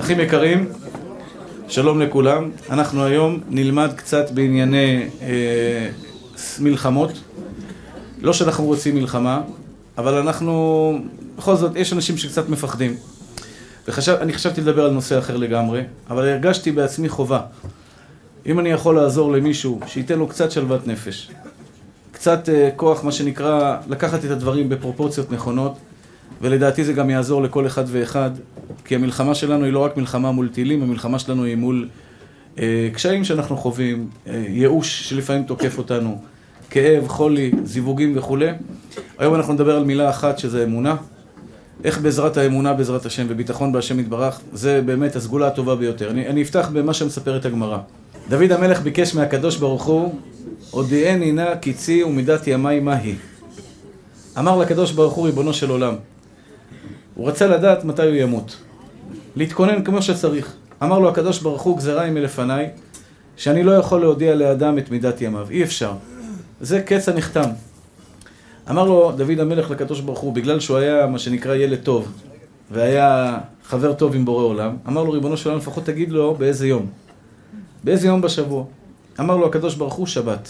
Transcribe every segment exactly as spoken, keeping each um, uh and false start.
אחים יקרים, שלום לכולם. אנחנו היום נלמד קצת בענייני אה, מלחמות. לא שאנחנו רוצים מלחמה, אבל אנחנו, בכל זאת, יש אנשים שקצת מפחדים. וחשב, אני חשבתי לדבר על נושא אחר לגמרי, אבל הרגשתי בעצמי חובה. אם אני יכול לעזור למישהו, שייתן לו קצת שלוות נפש. קצת אה, כוח, מה שנקרא, לקחת את הדברים בפרופורציות נכונות, ולדעתי זה גם יעזור לכל אחד ואחד, כי המלחמה שלנו היא לא רק מלחמה מול טילים, המלחמה שלנו היא מול אה, קשיים שאנחנו חווים, אה, ייאוש שלפעמים תוקף אותנו, כאב, חולי, זיווגים וכו'. היום אנחנו נדבר על מילה אחת שזה אמונה. איך בעזרת האמונה, בעזרת השם וביטחון בהשם יתברך, זה באמת הסגולה הטובה ביותר. אני, אני אפתח במה שמספרת הגמרא. דוד המלך ביקש מהקדוש ברוך הוא, הודיעני נא קיצי ומידת ימי מהי. אמר לקדוש ברוך הוא, ריבונו של עולם. הוא רצה לדעת מתי הוא ימות. להתכונן כמו שצריך. אמר לו הקדוש ברוך הוא, גזרה היא מלפניי, שאני לא יכול להודיע לאדם את מידת ימיו. אי אפשר. זה קץ הנחתם. אמר לו דוד המלך לקדוש ברוך הוא, בגלל שהוא היה מה שנקרא ילד טוב, והיה חבר טוב עם בורא עולם, אמר לו ריבונו של עולם, לפחות תגיד לו באיזה יום. באיזה יום בשבוע. אמר לו הקדוש ברוך הוא, שבת.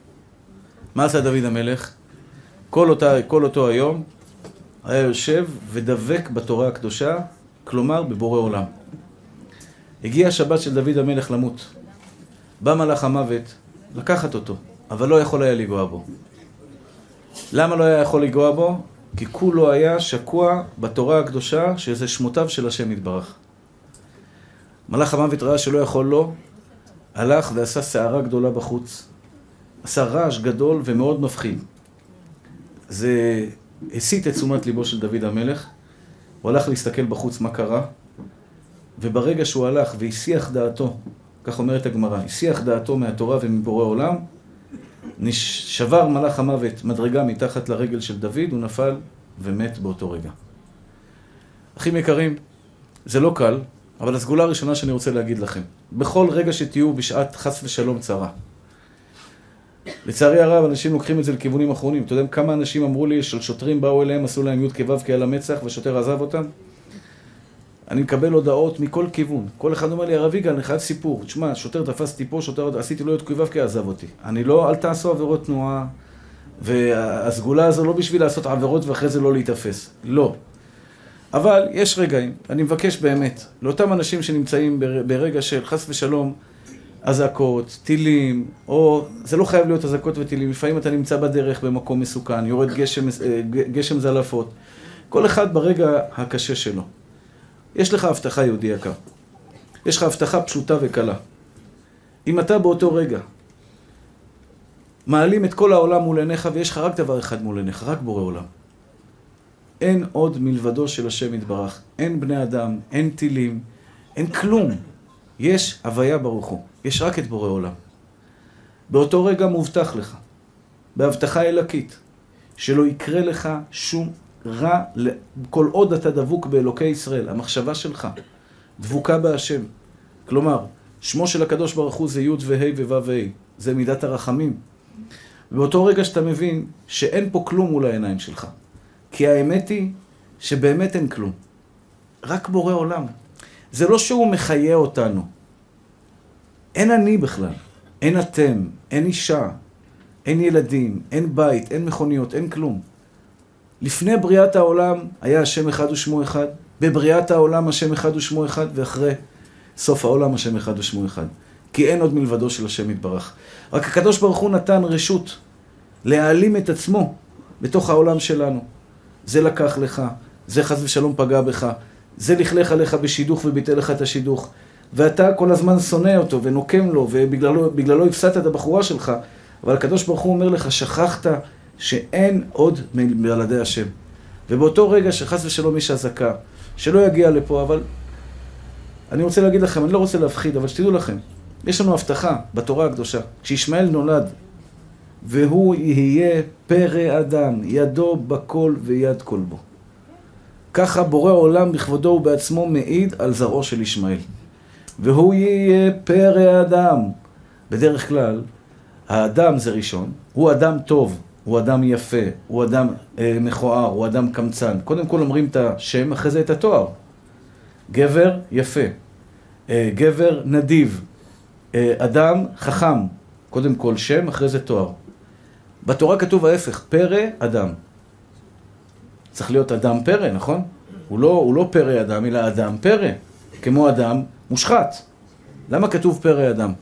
מה עשה דוד המלך? כל, אותה, כל אותו היום היה יושב ודבק בתורה הקדושה, כלומר בבורא עולם. הגיע השבת של דוד המלך למות. בא מלאך המוות לקחת אותו, אבל לא יכול היה לגוע בו. למה לא היה יכול לגוע בו? כי כולו היה שקוע בתורה הקדושה, שזה שמותיו של השם יתברך. מלאך המוות ראה שלא יכול לו, הלך ועשה שערה גדולה בחוץ. עשה רעש גדול ומאוד מפחיד. זה הסיט את תשומת ליבו של דוד המלך. הוא הלך להסתכל בחוץ מה קרה, וברגע שהוא הלך והסיח דעתו, כך אומרת הגמרא, הסיח דעתו מהתורה ומבורא עולם, שבר מלאך המוות מדרגה מתחת לרגל של דוד, הוא נפל ומת באותו רגע. אחים יקרים, זה לא קל, אבל הסגולה הראשונה שאני רוצה להגיד לכם, בכל רגע שתהיו בשעת חס ושלום צרה, לצערי הרב, אנשים לוקחים את זה לכיוונים אחרונים. אתה יודע כמה אנשים אמרו לי של שוטרים באו אליהם, עשו להם י' כו' כעל המצח, והשוטר עזב אותם? אני מקבל הודעות מכל כיוון. כל אחד אומר לי, הרב יגאל, אני חייב סיפור. תשמע, שוטר תפסתי פה, שוטר עשיתי לו י' כו' כעזב אותי. אני לא, אל תעשו עבירות תנועה, והסגולה הזו לא בשביל לעשות עבירות ואחרי זה לא להתאפס. לא. אבל יש רגעים, אני מבקש באמת, לאותם אנשים שנמצאים ברגע של חס ושלום, אזעקות, טילים, או זה לא חייב להיות אזעקות וטילים, לפעמים אתה נמצא בדרך במקום מסוכן, יורד גשם, גשם זלפות, כל אחד ברגע הקשה שלו. יש לך הבטחה יהודי יקר, יש לך הבטחה פשוטה וקלה. אם אתה באותו רגע מעלים את כל העולם מול עיניך, ויש לך רק דבר אחד מול עיניך, רק בורא עולם. אין עוד מלבדו של השם יתברך, אין בני אדם, אין טילים, אין כלום. יש הוויה ברוך הוא, יש רק את בורא עולם. באותו רגע מובטח לך, בהבטחה אלוקית, שלא יקרה לך שום רע, כל עוד אתה דבוק באלוקי ישראל, המחשבה שלך, דבוקה בהשם. כלומר, שמו של הקדוש ברוך הוא זה י' וה' וו' וה', זה מידת הרחמים. באותו רגע שאתה מבין שאין פה כלום מול העיניים שלך, כי האמת היא שבאמת אין כלום, רק בורא עולם. זה לא שהוא מחיה אותנו. אין אני בכלל. אין אתם, אין אישה, אין ילדים, אין בית, אין מכוניות, אין כלום. לפני בריאת העולם היה השם אחד ושמו אחד. בבריאת העולם השם אחד ושמו אחד, ואחרי סוף העולם השם אחד ושמו אחד. כי אין עוד מלבדו של השם יתברך. רק הקדוש ברוך הוא נתן רשות להעלים את עצמו בתוך העולם שלנו. זה לקח לך, זה חס ושלום פגע בך. זה לכלך עליך בשידוך וביטל לך את השידוך. ואתה כל הזמן שונא אותו ונוקם לו, ובגללו בגללו הפסדת את הבחורה שלך. אבל הקדוש ברוך הוא אומר לך, שכחת שאין עוד מלבדי השם. ובאותו רגע שחס ושלום יש אזעקה, שלא יגיע לפה, אבל אני רוצה להגיד לכם, אני לא רוצה להפחיד, אבל שתדעו לכם, יש לנו הבטחה בתורה הקדושה. כשישמעאל נולד, והוא יהיה פרא אדם, ידו בכל ויד כל בו. ככה בורא עולם בכבודו ובעצמו מעיד על זרעו של ישמעאל. והוא יהיה פרא אדם. בדרך כלל, האדם זה ראשון, הוא אדם טוב, הוא אדם יפה, הוא אדם אה, מכוער, הוא אדם קמצן. קודם כל אומרים את השם, אחרי זה את התואר. גבר יפה, גבר נדיב, אדם חכם, קודם כל שם, אחרי זה תואר. בתורה כתוב ההפך, פרא אדם. צריך להיות אדם פרא, נכון? הוא לא, הוא לא פרא אדם, אלא אדם פרא, כמו אדם מושחת. למה כתוב פרא אדם?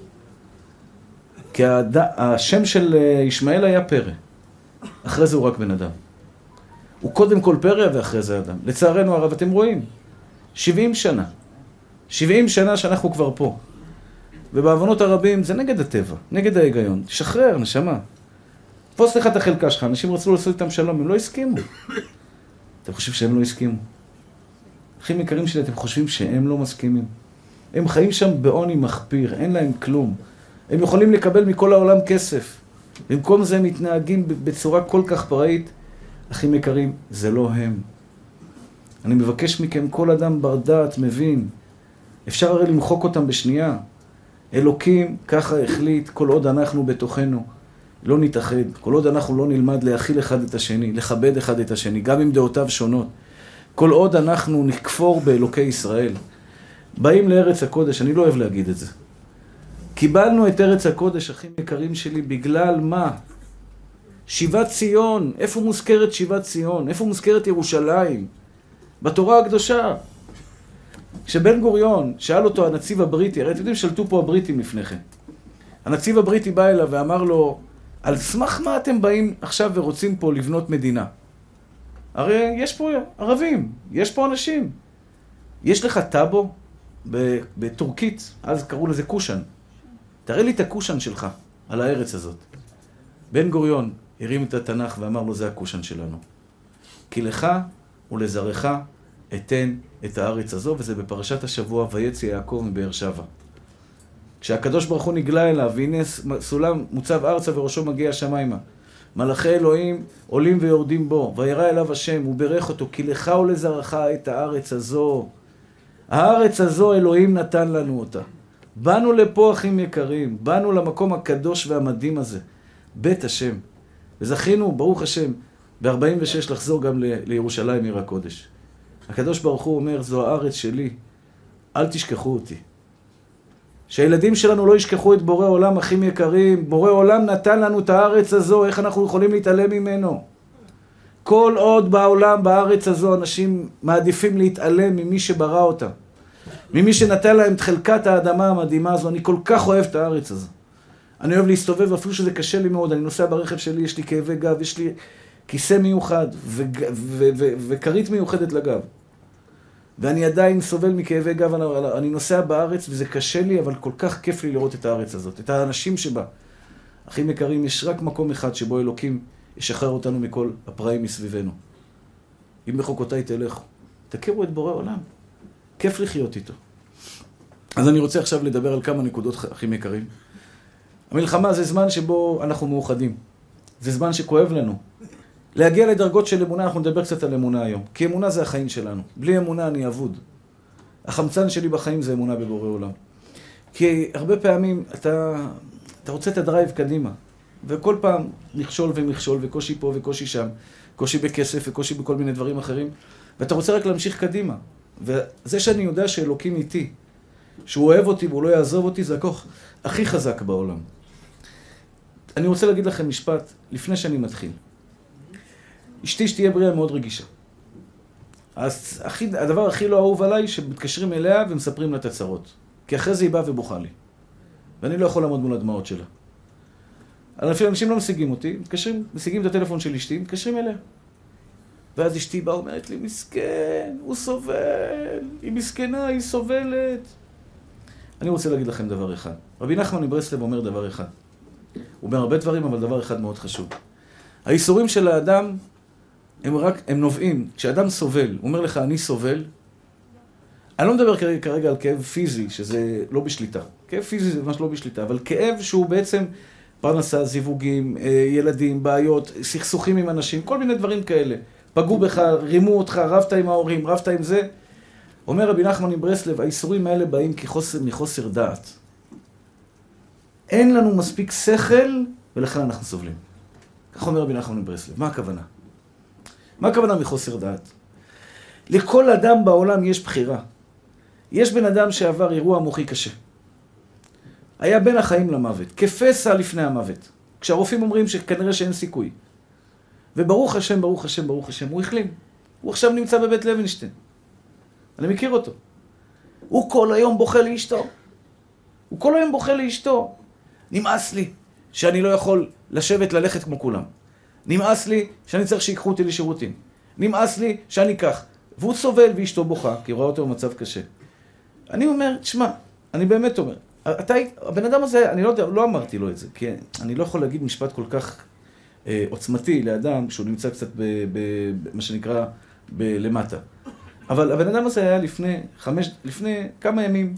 כי הד... השם של ישמעאל היה פרא. אחרי זה הוא רק בן אדם. הוא קודם כל פרא ואחרי זה אדם. לצערנו הרב, אתם רואים, שבעים שנה. שבעים שנה שאנחנו כבר פה. ובעוונות הרבים זה נגד הטבע, נגד ההיגיון. תשחרר, נשמה. תפוס לך את החלקה שלך, אנשים רצו לעשות איתם שלום, הם לא הסכימו. אתם חושבים שהם לא הסכימו? אחים יקרים שלי, אתם חושבים שהם לא מסכימים? הם חיים שם בעוני מחפיר, אין להם כלום. הם יכולים לקבל מכל העולם כסף. במקום זה הם מתנהגים בצורה כל כך פראית. אחים יקרים, זה לא הם. אני מבקש מכם, כל אדם בר דעת מבין. אפשר הרי למחוק אותם בשנייה. אלוקים ככה החליט, כל עוד אנחנו בתוכנו לא נתאחד, כל עוד אנחנו לא נלמד להכיל אחד את השני, לכבד אחד את השני, גם עם דעותיו שונות. כל עוד אנחנו נכפור באלוקי ישראל. באים לארץ הקודש, אני לא אוהב להגיד את זה. קיבלנו את ארץ הקודש, אחים יקרים שלי, בגלל מה? שיבת ציון. איפה מוזכרת שיבת ציון? איפה מוזכרת ירושלים? בתורה הקדושה. כשבן גוריון שאל אותו הנציב הבריטי, הרי אתם יודעים שלטו פה הבריטים לפני כן. הנציב הבריטי בא אליו ואמר לו, על סמך מה אתם באים עכשיו ורוצים פה לבנות מדינה? הרי יש פה ערבים, יש פה אנשים. יש לך טאבו בטורקית, אז קראו לזה קושן. תראה לי את הקושן שלך על הארץ הזאת. בן גוריון הרים את התנ"ך ואמר לו, זה הקושן שלנו. כי לך ולזרעך אתן את הארץ הזו, וזה בפרשת השבוע, ויצא יעקב מבאר שבע. כשהקדוש ברוך הוא נגלה אליו, והנה סולם מוצב ארצה וראשו מגיע השמיימה. מלאכי אלוהים עולים ויורדים בו, וירא אליו השם, הוא בירך אותו, כי לך ולזרעך את הארץ הזו. הארץ הזו אלוהים נתן לנו אותה. באנו לפה, אחים יקרים, באנו למקום הקדוש והמדהים הזה, בית השם. וזכינו, ברוך השם, ב-ארבעים ושש לחזור גם ל- לירושלים עיר הקודש. הקדוש ברוך הוא אומר, זו הארץ שלי, אל תשכחו אותי. שהילדים שלנו לא ישכחו את בורא עולם, אחים יקרים. בורא עולם נתן לנו את הארץ הזו, איך אנחנו יכולים להתעלם ממנו? כל עוד בעולם, בארץ הזו, אנשים מעדיפים להתעלם ממי שברא אותה. ממי שנתן להם את חלקת האדמה המדהימה הזו. אני כל כך אוהב את הארץ הזו. אני אוהב להסתובב, אפילו שזה קשה לי מאוד. אני נוסע ברכב שלי, יש לי כאבי גב, יש לי כיסא מיוחד וכרית מיוחדת לגב. ואני עדיין סובל מכאבי גב, אני נוסע בארץ וזה קשה לי, אבל כל כך כיף לי לראות את הארץ הזאת, את האנשים שבה. אחים יקרים, יש רק מקום אחד שבו אלוקים ישחרר אותנו מכל הפרעים מסביבנו. אם בחוקותיי תלכו, תכירו את בורא עולם. כיף לחיות איתו. אז אני רוצה עכשיו לדבר על כמה נקודות, אחים יקרים. המלחמה זה זמן שבו אנחנו מאוחדים. זה זמן שכואב לנו. להגיע לדרגות של אמונה, אנחנו נדבר קצת על אמונה היום. כי אמונה זה החיים שלנו. בלי אמונה אני אבוד. החמצן שלי בחיים זה אמונה בבורא עולם. כי הרבה פעמים אתה, אתה רוצה את הדרייב קדימה. וכל פעם מכשול ומכשול וקושי פה וקושי שם. קושי בכסף וקושי בכל מיני דברים אחרים. ואתה רוצה רק להמשיך קדימה. וזה שאני יודע שאלוקים איתי, שהוא אוהב אותי והוא לא יעזוב אותי, זה הכוח הכי חזק בעולם. אני רוצה להגיד לכם משפט לפני שאני מתחיל. אשתי שתהיה בריאה מאוד רגישה. אז הכי, הדבר הכי לא אהוב עליי, שמתקשרים אליה ומספרים לה את הצרות. כי אחרי זה היא באה ובוכה לי. ואני לא יכול לעמוד מול הדמעות שלה. אפילו אנשים לא משיגים אותי, מתקשרים, משיגים את הטלפון של אשתי, מתקשרים אליה. ואז אשתי באה אומרת לי, מסכן, הוא סובל, היא מסכנה, היא סובלת. אני רוצה להגיד לכם דבר אחד. רבי נחמן מברסלב אומר דבר אחד. הוא אומר הרבה דברים, אבל דבר אחד מאוד חשוב. האיסורים של האדם הם רק, הם נובעים. כשאדם סובל, הוא אומר לך, אני סובל. אני לא מדבר כרגע, כרגע על כאב פיזי, שזה לא בשליטה. כאב פיזי זה ממש לא בשליטה, אבל כאב שהוא בעצם פרנסה, זיווגים, ילדים, בעיות, סכסוכים עם אנשים, כל מיני דברים כאלה. פגעו בך, רימו אותך, רבת עם ההורים, רבת עם זה. אומר רבי נחמן מברסלב, האיסורים האלה באים כחוסר, מחוסר דעת. אין לנו מספיק שכל, ולכן אנחנו סובלים. כך אומר רבי נחמן מברסלב. מה הכוונה? מה הכוונה מחוסר דעת? לכל אדם בעולם יש בחירה. יש בן אדם שעבר אירוע מוחי קשה. היה בין החיים למוות, כפסע לפני המוות. כשהרופאים אומרים שכנראה שאין סיכוי. וברוך השם, ברוך השם, ברוך השם, הוא החלים. הוא עכשיו נמצא בבית לוינשטיין. אני מכיר אותו. הוא כל היום בוכה לאשתו. הוא כל היום בוכה לאשתו. נמאס לי שאני לא יכול לשבת ללכת כמו כולם. נמאס לי שאני צריך שיקחו אותי לשירותים. נמאס לי שאני כך. והוא סובל ואשתו בוכה, כי רואה אותו במצב קשה. אני אומר, תשמע, אני באמת אומר, אתה, הבן אדם הזה, אני לא יודע, לא אמרתי לו את זה, כי אני לא יכול להגיד משפט כל כך אה, עוצמתי לאדם שהוא נמצא קצת במה שנקרא בלמטה. אבל הבן אדם הזה היה לפני, חמש, לפני כמה ימים,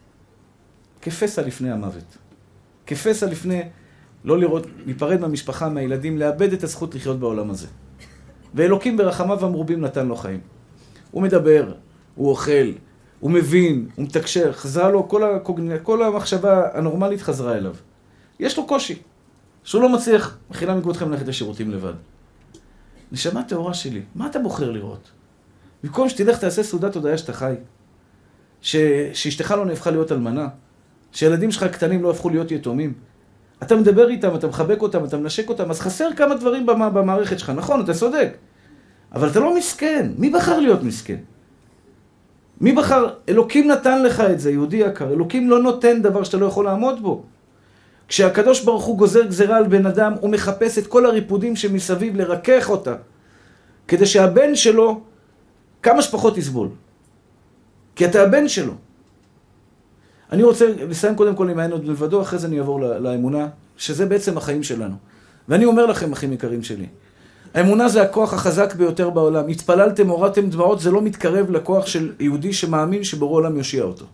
כפסע לפני המוות. כפסע לפני לא לראות, להיפרד מהמשפחה, מהילדים, לאבד את הזכות לחיות בעולם הזה. ואלוקים ברחמיו המרובים נתן לו חיים. הוא מדבר, הוא אוכל, הוא מבין, הוא מתקשר, חזרה לו, כל, הקוגנ... כל המחשבה הנורמלית חזרה אליו. יש לו קושי, שהוא לא מצליח, מחילה מגבודכם ללכת לשירותים לבד. נשמה טהורה שלי, מה אתה בוחר לראות? במקום שתלך תעשה סעודת הודיה שאתה חי, ש... שאשתך לא נהפכה להיות אלמנה, שילדים שלך קטנים לא הפכו להיות יתומים. אתה מדבר איתם, אתה מחבק אותם, אתה מנשק אותם, אז חסר כמה דברים במה, במערכת שלך. נכון, אתה צודק. אבל אתה לא מסכן. מי בחר להיות מסכן? מי בחר? אלוקים נתן לך את זה, יהודי יקר. אלוקים לא נותן דבר שאתה לא יכול לעמוד בו. כשהקדוש ברוך הוא גוזר גזרה על בן אדם, הוא מחפש את כל הריפודים שמסביב לרכך אותה, כדי שהבן שלו כמה שפחות יסבול. כי אתה הבן שלו. אני רוצה לסיים קודם כל עם העין עוד מלבדו, אחרי זה אני אעבור לאמונה, שזה בעצם החיים שלנו. ואני אומר לכם, אחים יקרים שלי, האמונה זה הכוח החזק ביותר בעולם. התפללתם, הורדתם דמעות, זה לא מתקרב לכוח של יהודי שמאמין שבורא עולם יושיע אותו.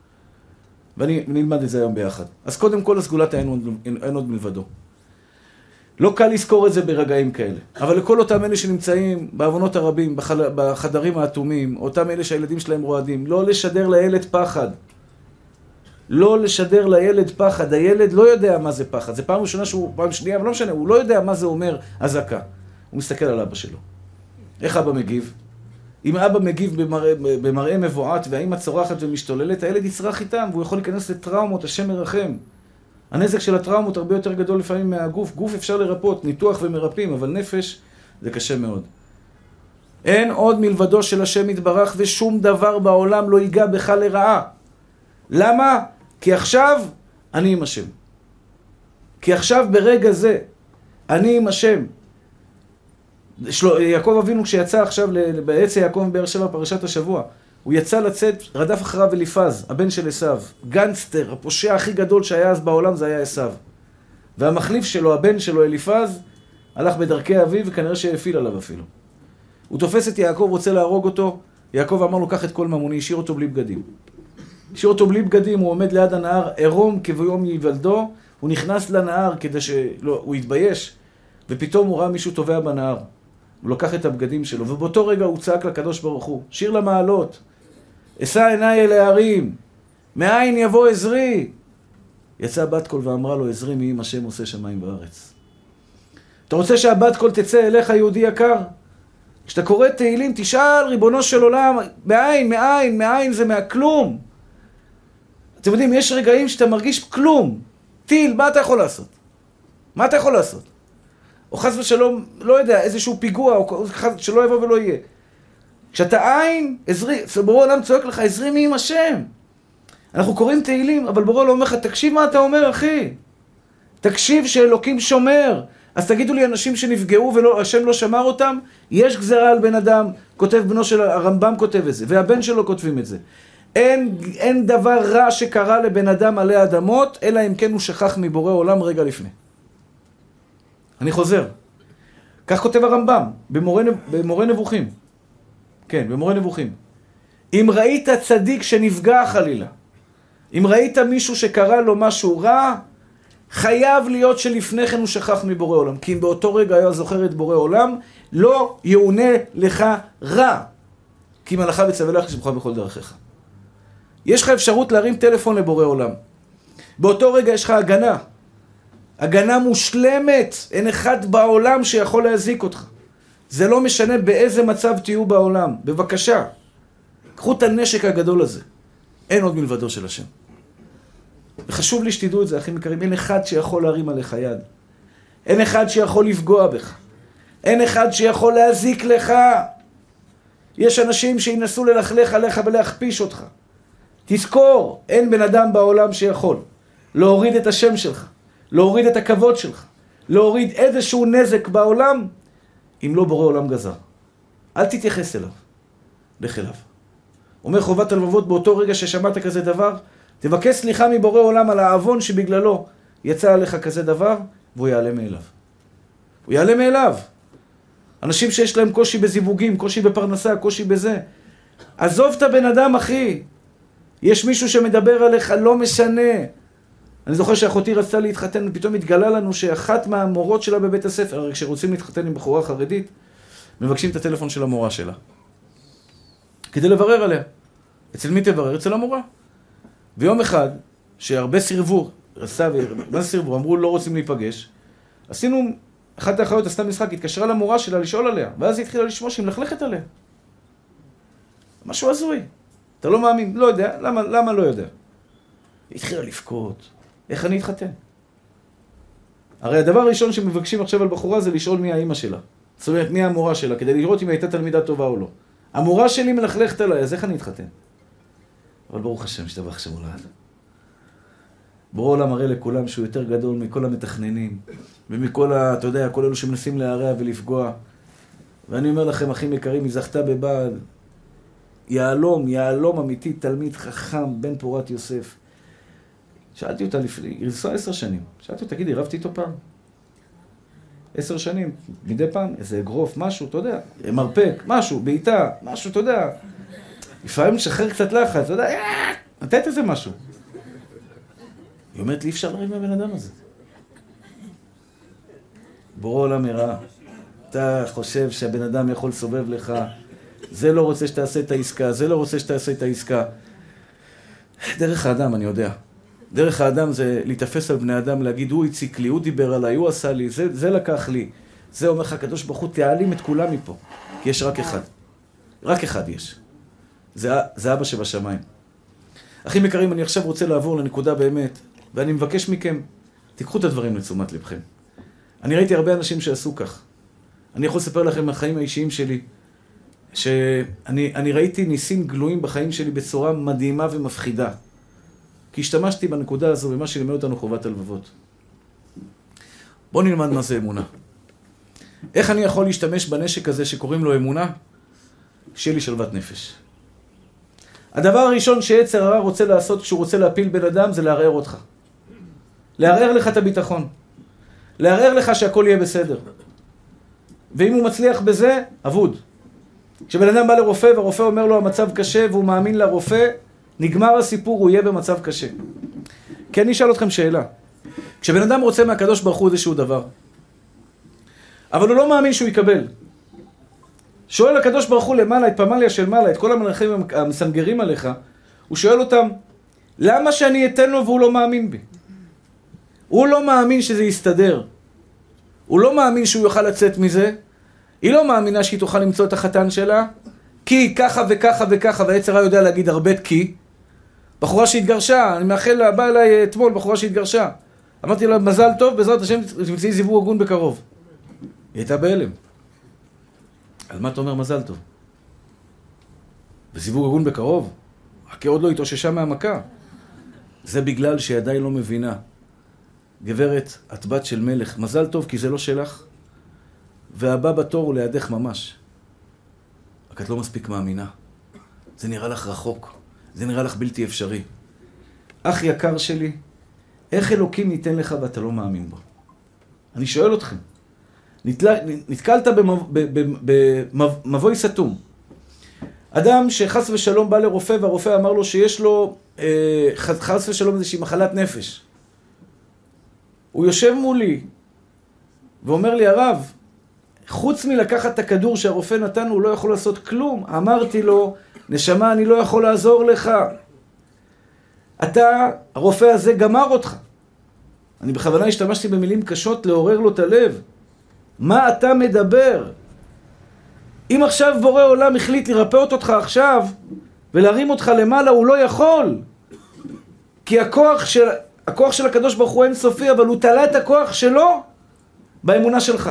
ואני נלמד את זה היום ביחד. אז קודם כל, הסגולת העין עוד מלבדו. לא קל לזכור את זה ברגעים כאלה. אבל לכל אותם אלה שנמצאים בעוונות הרבים, בחל... בחדרים האטומים, אותם אלה שהילדים שלהם רועדים, לא לשדר לילד פחד. לא לשדר לילד פחד. הילד לא יודע מה זה פחד. זה פעם ראשונה שהוא, פעם שנייה, אבל לא משנה, הוא לא יודע מה זה אומר הזעקה. הוא מסתכל על אבא שלו. איך אבא מגיב? אם אבא מגיב במראה, במראה מבועת, והאמא צורחת ומשתוללת, הילד יצרח איתם, והוא יכול להיכנס לטראומות, השם מרחם. הנזק של הטראומות הרבה יותר גדול לפעמים מהגוף. גוף אפשר לרפות, ניתוח ומרפאים, אבל נפש זה קשה מאוד. אין עוד מלבדו של השם יתברך, ושום דבר בעולם לא ייגע בך לרעה. למה? כי עכשיו אני עם השם. כי עכשיו ברגע זה אני עם השם. של... יעקב אבינו כשיצא עכשיו בעץ יעקב באר שבע פרשת השבוע, הוא יצא לצאת, רדף אחריו אליפז, הבן של עשיו. גנגסטר, הפושע הכי גדול שהיה אז בעולם זה היה עשיו. והמחליף שלו, הבן שלו אליפז, הלך בדרכי אביו וכנראה שהאפיל עליו אפילו. הוא תופס את יעקב, רוצה להרוג אותו, יעקב אמר לו, קח את כל ממוני, השאיר אותו בלי בגדים. השאיר אותו בלי בגדים, הוא עומד ליד הנהר, עירום כביום ייוולדו, הוא נכנס לנהר כדי שהוא יתבייש, ופתאום הוא ראה מישהו טובע בנהר. הוא לקח את הבגדים שלו, ובאותו רגע הוא צעק לקדוש ברוך הוא, שיר למעלות, אשא עיניי אל ההרים, מאין יבוא עזרי? יצא בת קול ואמרה לו, עזרי מי אם השם עושה שמיים וארץ. אתה רוצה שהבת קול תצא אליך, יהודי יקר? כשאתה קורא תהילים, תשאל, ריבונו של עולם, מאין, מאין, מאין זה מהכלום. אתם יודעים, יש רגעים שאתה מרגיש כלום. טיל, מה אתה יכול לעשות? מה אתה יכול לעשות? או חס ושלום, לא יודע, איזשהו פיגוע, או שלא יבוא ולא יהיה. כשאתה עין, עזרי, בורא עולם צועק לך, עזרי מי עם השם. אנחנו קוראים תהילים, אבל בורא עולם אומר לך, תקשיב מה אתה אומר, אחי. תקשיב שאלוקים שומר. אז תגידו לי, אנשים שנפגעו והשם לא שמר אותם, יש גזרה על בן אדם, כותב בנו של הרמב"ם כותב את זה, והבן שלו כותבים את זה. אין, אין דבר רע שקרה לבן אדם עלי אדמות, אלא אם כן הוא שכח מבורא עולם רגע לפני. אני חוזר. כך כותב הרמב"ם, במורה, במורה נבוכים. כן, במורה נבוכים. אם ראית צדיק שנפגע חלילה, אם ראית מישהו שקרה לו משהו רע, חייב להיות שלפני כן הוא שכח מבורא עולם. כי אם באותו רגע היה זוכר את בורא עולם, לא יעונה לך רע. כי מלאכה וצווה לך לשמך בכל דרכיך. יש לך אפשרות להרים טלפון לבורא עולם. באותו רגע יש לך הגנה. הגנה מושלמת. אין אחד בעולם שיכול להזיק אותך. זה לא משנה באיזה מצב תהיו בעולם. בבקשה. קחו את הנשק הגדול הזה. אין עוד מלבדו של השם. וחשוב לי שתדעו את זה, אחים יקרים, אין אחד שיכול להרים עליך יד. אין אחד שיכול לפגוע בך. אין אחד שיכול להזיק לך. יש אנשים שינסו ללכלך עליך ולהכפיש אותך. תזכור, אין בן אדם בעולם שיכול להוריד את השם שלך, להוריד את הכבוד שלך, להוריד איזשהו נזק בעולם, אם לא בורא עולם גזר. אל תתייחס אליו, לך אליו. אומר חובת הלבבות, באותו רגע ששמעת כזה דבר, תבקש סליחה מבורא עולם על העוון שבגללו יצא עליך כזה דבר, והוא יעלה מאליו. הוא יעלה מאליו. אנשים שיש להם קושי בזיווגים, קושי בפרנסה, קושי בזה. עזוב את הבן אדם, אחי. יש מישהו שמדבר עליך, לא משנה. אני זוכר שאחותי רצתה להתחתן, ופתאום התגלה לנו שאחת מהמורות שלה בבית הספר, הרי כשרוצים להתחתן עם בחורה חרדית, מבקשים את הטלפון של המורה שלה. כדי לברר עליה. אצל מי תברר? אצל המורה. ויום אחד, שהרבה סירבו, רצה ומה סירבו, אמרו לא רוצים להיפגש, עשינו, אחת האחיות עשתה משחק, התקשרה למורה שלה לשאול עליה, ואז היא התחילה לשמוע שהיא מלכלכת עליה. משהו הזוי. אתה לא מאמין, לא יודע, למה, למה לא יודע? היא התחילה לבכות, איך אני אתחתן? הרי הדבר הראשון שמבקשים עכשיו על בחורה זה לשאול מי האמא שלה. זאת אומרת, מי המורה שלה, כדי לראות אם היא הייתה תלמידה טובה או לא. המורה שלי מלכלכת עליי, אז איך אני אתחתן? אבל ברוך השם, שתבח שם הולד. ברור עולם מראה לכולם שהוא יותר גדול מכל המתכננים, ומכל, ה, אתה יודע, כל אלו שמנסים להרע ולפגוע. ואני אומר לכם, אחים יקרים, היא זכתה בבעל, יעלום, יעלום אמיתי, תלמיד חכם, בן פורת יוסף. שאלתי אותה לפני, היא רצה עשר שנים. שאלתי אותה, תגידי, רבתי איתו פעם? עשר שנים, מדי פעם, איזה אגרוף, משהו, אתה יודע, מרפק, משהו, בעיטה, משהו, אתה יודע. לפעמים משחרר קצת לחץ, אתה יודע, נתת איזה משהו. היא אומרת לי, אפשר לריב מהבן אדם הזה. בורא עולם הראה. אתה חושב שהבן אדם יכול לסובב לך, זה לא רוצה שתעשה את העסקה, זה לא רוצה שתעשה את העסקה. דרך האדם, אני יודע. דרך האדם זה להתאפס על בני אדם, להגיד, הוא הציק לי, הוא דיבר עליי, הוא עשה לי, זה, זה לקח לי. זה אומר לך, הקדוש ברוך הוא, תעלים את כולם מפה. כי יש רק אחד. רק אחד יש. זה, זה אבא שבשמיים. אחים יקרים, אני עכשיו רוצה לעבור לנקודה באמת, ואני מבקש מכם, תיקחו את הדברים לתשומת לבכם. אני ראיתי הרבה אנשים שעשו כך. אני יכול לספר לכם מהחיים האישיים שלי, שאני אני ראיתי ניסים גלויים בחיים שלי בצורה מדהימה ומפחידה. כי השתמשתי בנקודה הזו במה שלימד אותנו חובת הלבבות. בואו נלמד מה זה אמונה. איך אני יכול להשתמש בנשק הזה שקוראים לו אמונה? שיהיה לי שלוות נפש. הדבר הראשון שיצר הרע רוצה לעשות כשהוא רוצה להפיל בן אדם זה לערער אותך. לערער לך את הביטחון. לערער לך שהכל יהיה בסדר. ואם הוא מצליח בזה, אבוד. כשבן אדם בא לרופא והרופא אומר לו המצב קשה והוא מאמין לרופא, נגמר הסיפור, הוא יהיה במצב קשה. כי אני אשאל אתכם שאלה. כשבן אדם רוצה מהקדוש ברוך הוא איזשהו דבר, אבל הוא לא מאמין שהוא יקבל. שואל הקדוש ברוך הוא למעלה, את פמליה של מעלה, את כל המלאכים המסנגרים עליך, הוא שואל אותם, למה שאני אתן לו והוא לא מאמין בי? הוא לא מאמין שזה יסתדר. הוא לא מאמין שהוא יוכל לצאת מזה. היא לא מאמינה שהיא תוכל למצוא את החתן שלה, כי ככה וככה וככה, והיצר יודע להגיד הרבה כי. בחורה שהתגרשה, אני מאחל לה, באה אליי אתמול, בחורה שהתגרשה. אמרתי לה, מזל טוב, בעזרת השם תמצאי זיווג הגון בקרוב. היא הייתה בהלם. על מה אתה אומר מזל טוב? בזיווג הגון בקרוב? כי עוד לא התאוששה מהמכה. זה בגלל שהיא עדיין לא מבינה. גברת, את בת של מלך, מזל טוב כי זה לא שלך, והבא בתור הוא לידך ממש. רק את לא מספיק מאמינה. זה נראה לך רחוק. זה נראה לך בלתי אפשרי. אח יקר שלי, איך אלוקים ניתן לך ואתה לא מאמין בו? אני שואל אתכם. נתל... נתקלת במבוי סתום. אדם שחס ושלום בא לרופא והרופא אמר לו שיש לו אה, חס ושלום איזושהי מחלת נפש. הוא יושב מולי ואומר לי, הרב, חוץ מלקחת את הכדור שהרופא נתן, הוא לא יכול לעשות כלום. אמרתי לו, נשמה, אני לא יכול לעזור לך. אתה, הרופא הזה גמר אותך. אני בכוונה השתמשתי במילים קשות לעורר לו את הלב. מה אתה מדבר? אם עכשיו בורא עולם החליט לרפא אותך עכשיו, ולהרים אותך למעלה, הוא לא יכול. כי הכוח של, הכוח של הקדוש ברוך הוא אינסופי, אבל הוא תלה את הכוח שלו באמונה שלך.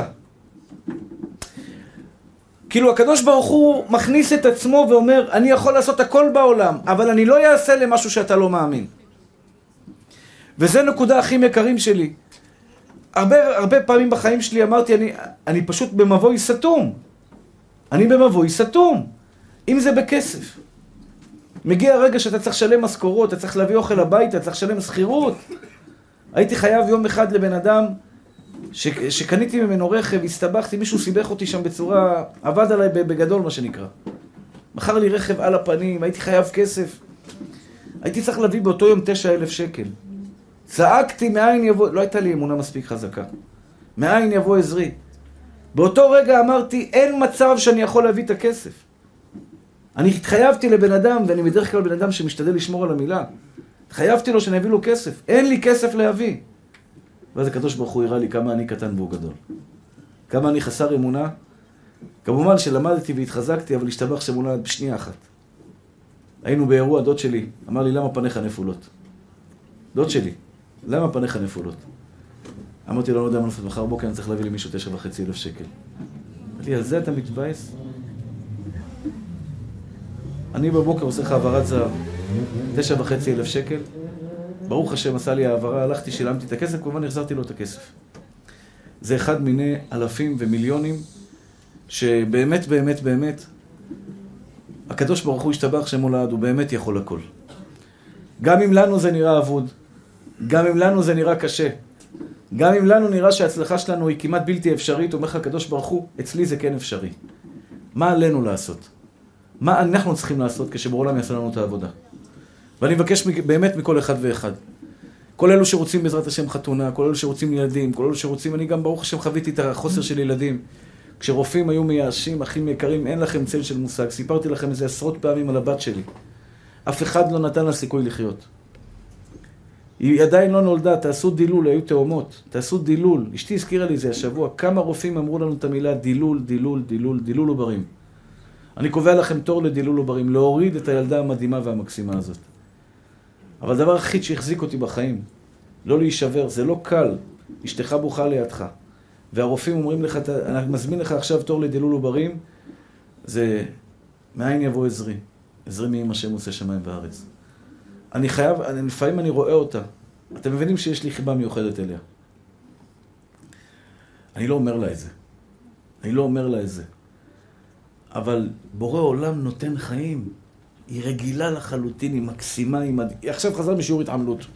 כאילו הקדוש ברוך הוא מכניס את עצמו ואומר, אני יכול לעשות הכל בעולם, אבל אני לא אעשה למשהו שאתה לא מאמין. וזה נקודה הכי יקרים שלי. הרבה, הרבה פעמים בחיים שלי אמרתי, אני, אני פשוט במבוי סתום. אני במבוי סתום. אם זה בכסף. מגיע הרגע שאתה צריך לשלם משכורות, אתה צריך להביא אוכל הביתה, אתה צריך לשלם שכירות. הייתי חייב יום אחד לבן אדם, ש, שקניתי ממנו רכב, הסתבכתי, מישהו סיבך אותי שם בצורה, עבד עליי בגדול מה שנקרא. מכר לי רכב על הפנים, הייתי חייב כסף. הייתי צריך להביא באותו יום תשע אלף שקל. צעקתי מאין יבוא, לא הייתה לי אמונה מספיק חזקה. מאין יבוא עזרי. באותו רגע אמרתי, אין מצב שאני יכול להביא את הכסף. אני התחייבתי לבן אדם, ואני בדרך כלל בן אדם שמשתדל לשמור על המילה. התחייבתי לו שאני אביא לו כסף. אין לי כסף להביא. ואז הקדוש ברוך הוא הראה לי כמה אני קטן והוא גדול. כמה אני חסר אמונה. כמובן שלמדתי והתחזקתי, אבל השתבח שאמונה בשנייה אחת. היינו באירוע, דוד שלי, אמר לי, למה פניך נפולות? דוד שלי, למה פניך נפולות? אמרתי לו, לא יודע מה לעשות, מחר בוקר אני צריך להביא לי מישהו תשע וחצי אלף שקל. אמרתי לי, על זה אתה מתבאס? אני בבוקר עושה לך העברת זהב, תשע וחצי אלף שקל, ברוך השם עשה לי העברה, הלכתי, שילמתי את הכסף, כמובן החזרתי לו את הכסף. זה אחד מיני אלפים ומיליונים, שבאמת, באמת, באמת, הקדוש ברוך הוא השתבח שמו לעד, הוא באמת יכול הכל. גם אם לנו זה נראה אבוד, גם אם לנו זה נראה קשה, גם אם לנו נראה שההצלחה שלנו היא כמעט בלתי אפשרית, אומר לך הקדוש ברוך הוא, אצלי זה כן אפשרי. מה עלינו לעשות? מה אנחנו צריכים לעשות כשבעולם יעשה לנו את העבודה? ואני מבקש באמת מכל אחד ואחד. כל אלו שרוצים בעזרת השם חתונה, כל אלו שרוצים ילדים, כל אלו שרוצים, אני גם ברוך השם חוויתי את החוסר של ילדים. כשרופאים היו מייאשים, אחים יקרים, אין לכם צל של מושג. סיפרתי לכם איזה עשרות פעמים על הבת שלי. אף אחד לא נתן לה סיכוי לחיות. היא עדיין לא נולדה, תעשו דילול, היו תאומות. תעשו דילול. אשתי הזכירה לי זה השבוע. כמה רופאים אמרו לנו את המילה דילול, דילול, דילול, דילול עוברים. אני קובע לכם תור לדילול עוברים, להוריד את הילדה המדהימה והמקסימה הזאת. אבל הדבר הכי שהחזיק אותי בחיים, לא להישבר, זה לא קל. אשתך בוכה לידך. והרופאים אומרים לך, אני מזמין לך עכשיו תור לדילול עוברים, זה מאין יבוא עזרי. עזרי מי אם השם עושה שמיים וארץ. אני חייב, אני, לפעמים אני רואה אותה. אתם מבינים שיש לי חיבה מיוחדת אליה. אני לא אומר לה את זה. אני לא אומר לה את זה. אבל בורא עולם נותן חיים. היא רגילה לחלוטין, היא מקסימה, היא מד... היא עכשיו חזרה משיעור התעמלות.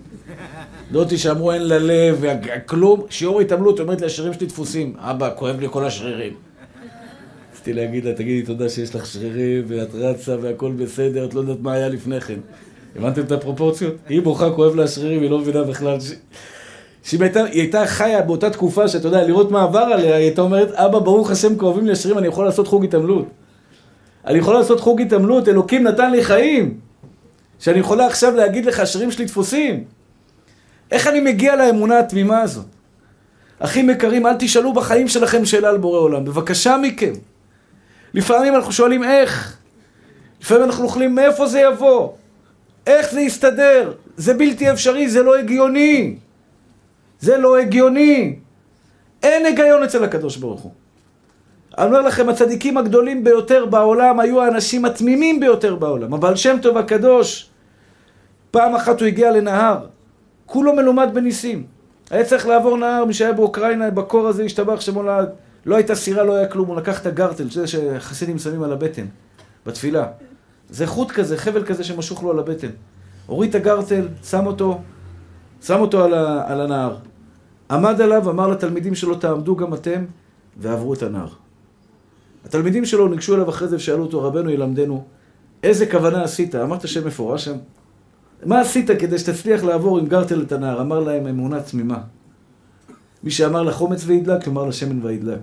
לא אותי שאמרו אין לה לב, כלום. שיעור התעמלות, אומרת לי, השרירים שלי דפוסים. אבא, כואב לי כל השרירים. רציתי להגיד לה, תגידי תודה שיש לך שרירים, ואת רצה והכל בסדר, את לא יודעת מה היה לפני כן. הבנתם את הפרופורציות? היא בוכה, כואב לה השרירים, היא לא מבינה בכלל. ש... שהיא הייתה, היא הייתה חיה באותה תקופה, שאתה יודע, לראות מה עבר עליה, היא הייתה אומרת, אבא, ברוך השם, כואבים לי השרירים, אני יכול לעשות חוג התעמלות. אני יכול לעשות חוג התעמלות, אלוקים נתן לי חיים. שאני יכולה עכשיו להגיד לך, השרירים שלי דפוסים. איך אני מגיע לאמונה התמימה הזאת? אחים יקרים, אל תשאלו בחיים שלכם שאלה על בורא עולם. בבקשה מכם. לפעמים אנחנו שואלים איך. לפעמים אנחנו אוכלים מאיפה זה יבוא. איך זה יסתדר? זה בלתי אפשרי, זה לא הגיוני. זה לא הגיוני. אין היגיון אצל הקדוש ברוך הוא. אני אומר לכם, הצדיקים הגדולים ביותר בעולם היו האנשים התמימים ביותר בעולם. הבעל שם טוב הקדוש, פעם אחת הוא הגיע לנהר. כולו מלומד בניסים. היה צריך לעבור נהר, מי שהיה באוקראינה, בקור הזה השתבח שמו לעד. לא הייתה סירה, לא היה כלום. הוא לקח את הגרטל, שזה שחסידים שמים על הבטן, בתפילה. זה חוט כזה, חבל כזה שמשוך לו על הבטן. הוריד את הגרטל, שם אותו, שם אותו על, ה, על הנהר. עמד עליו, אמר לתלמידים שלו, תעמדו גם אתם, ועברו את הנהר. התלמידים שלו ניגשו אליו אחרי זה ושאלו אותו, רבנו ילמדנו, איזה כוונה עשית? אמרת שם מפורש שם? מה עשית כדי שתצליח לעבור עם גרטל את הנהר? אמר להם אמונה תמימה. מי שאמר לחומץ וידלק, אמר לשמן וידלק.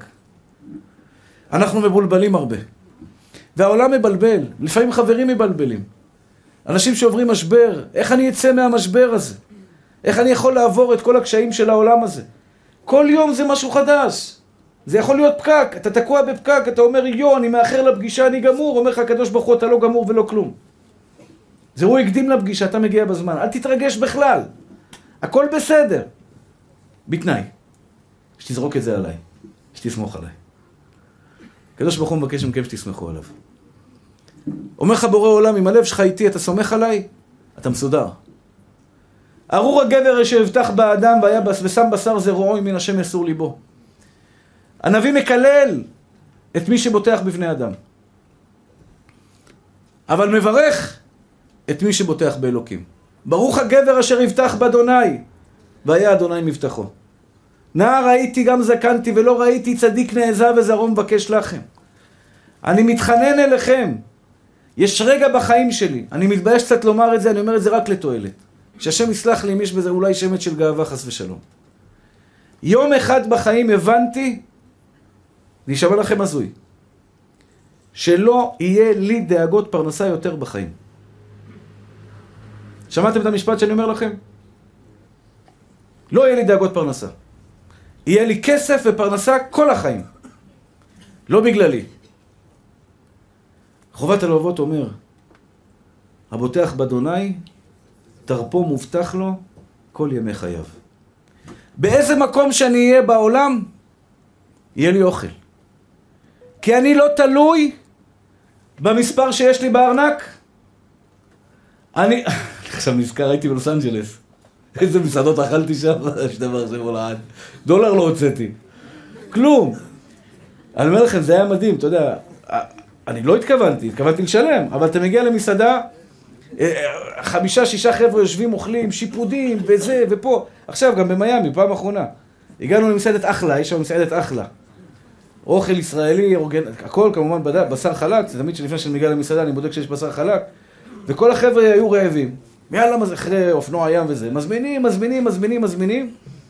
אנחנו מבולבלים הרבה. והעולם מבלבל. לפעמים חברים מבלבלים. אנשים שעוברים משבר. איך אני אצא מהמשבר הזה? איך אני יכול לעבור את כל הקשיים של העולם הזה? כל יום זה משהו חדש. זה יכול להיות פקק. אתה תקוע בפקק, אתה אומר, יו, אני מאחר לפגישה, אני גמור. אומר לך הקדוש ברוך הוא, אתה לא גמור ולא כלום. זה הוא הקדים לפגישה, אתה מגיע בזמן. אל תתרגש בכלל. הכל בסדר. בתנאי. שתזרוק את זה עליי. שתסמוך עליי. הקדוש ברוך הוא מבקש מכם שתסמכו עליו. אומר לך בורא עולם, אם הלב שלך איתי, אתה סומך עליי? אתה מסודר. ארור הגבר אשר יבטח באדם והיה ושם בשר זרועו מן השם יסור ליבו. הנביא מקלל את מי שבוטח בבני אדם. אבל מברך את מי שבוטח באלוקים. ברוך הגבר אשר יבטח באדוני והיה אדוני מבטחו. נער ראיתי גם זקנתי ולא ראיתי צדיק נעזב וזרעו מבקש לכם. אני מתחנן אליכם. יש רגע בחיים שלי, אני מתבייש קצת לומר את זה, אני אומר את זה רק לתועלת. שהשם יסלח לי אם יש בזה אולי שמץ של גאווה חס ושלום. יום אחד בחיים הבנתי, נשמע לכם הזוי, שלא יהיה לי דאגות פרנסה יותר בחיים. שמעתם את המשפט שאני אומר לכם? לא יהיה לי דאגות פרנסה. יהיה לי כסף ופרנסה כל החיים. לא בגללי. חובת הלבבות אומר, הבוטח באדוני, תרפו מובטח לו כל ימי חייו. באיזה מקום שאני אהיה בעולם, יהיה לי אוכל. כי אני לא תלוי במספר שיש לי בארנק. אני, עכשיו נזכר, הייתי בלוס אנג'לס. איזה מסעדות אכלתי שם, יש דבר זה מולעד. דולר לא הוצאתי. כלום. אני אומר לכם, זה היה מדהים, אתה יודע, אני לא התכוונתי, התכוונתי לשלם, אבל אתה מגיע למסעדה, חמישה, שישה חבר'ה יושבים, אוכלים, שיפודים, וזה, ופה. עכשיו, גם במיימי, פעם אחרונה. הגענו למסעדת אחלה, יש שם מסעדת אחלה. אוכל ישראלי, אורגן, הכל כמובן בד... בשר חלק, זה תמיד שלפני שאני מגיע למסעדה, אני בודק שיש בשר חלק, וכל החבר'ה היו רעבים. יאללה, מה זה אחרי אופנוע ים וזה. מזמינים, מזמינים, מזמינים, מזמינים.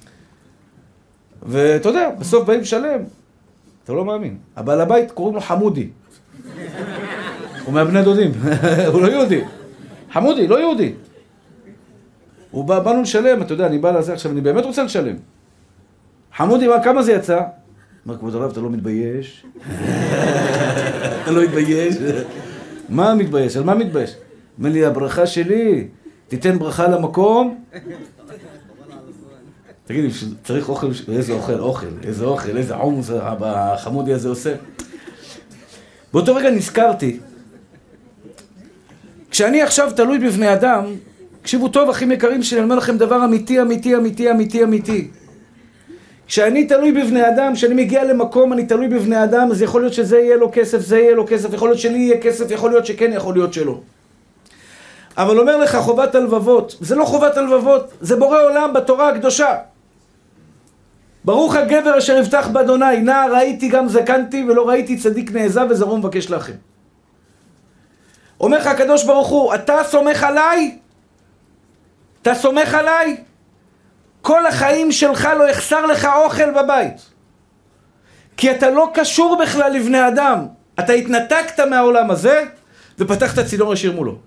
ואתה יודע, בסוף באים לשלם. אתה לא מאמין. הבעל הבית קוראים לו חמודי. הוא מהבני דודים. הוא לא יהודי. חמודי, לא יהודי. הוא בא, באנו לשלם, אתה יודע, אני בא לזה עכשיו, אני באמת רוצה לשלם. חמודי, מה, כמה זה יצא? אמר, כבוד הרב, אתה לא מתבייש? אתה לא מתבייש? מה מתבייש? על מה מתבייש? אומר לי, הברכה שלי, תיתן ברכה למקום. תגידי, צריך אוכל, איזה אוכל, אוכל, איזה אוכל, איזה עומס החמודי הזה עושה. באותו רגע נזכרתי, כשאני עכשיו תלוי בבני אדם, תקשיבו טוב, אחים יקרים שלי, אני אומר לכם דבר אמיתי, אמיתי, אמיתי, אמיתי, אמיתי. כשאני תלוי בבני אדם, כשאני מגיע למקום, אני תלוי בבני אדם, אז יכול להיות שזה יהיה לו כסף, זה יהיה לו כסף, יכול להיות שלי יהיה כסף, יכול להיות שכן, יכול להיות שלא. אבל אומר לך חובת הלבבות, זה לא חובת הלבבות, זה בורא עולם בתורה הקדושה. ברוך הגבר אשר יבטח באדוני, נער ראיתי גם זקנתי ולא ראיתי צדיק נעזב וזרעו מבקש לכם. אומר לך הקדוש ברוך הוא, אתה סומך עליי? אתה סומך עליי? כל החיים שלך לא יחסר לך אוכל בבית. כי אתה לא קשור בכלל לבני אדם. אתה התנתקת מהעולם הזה ופתחת צינור ישיר מולו.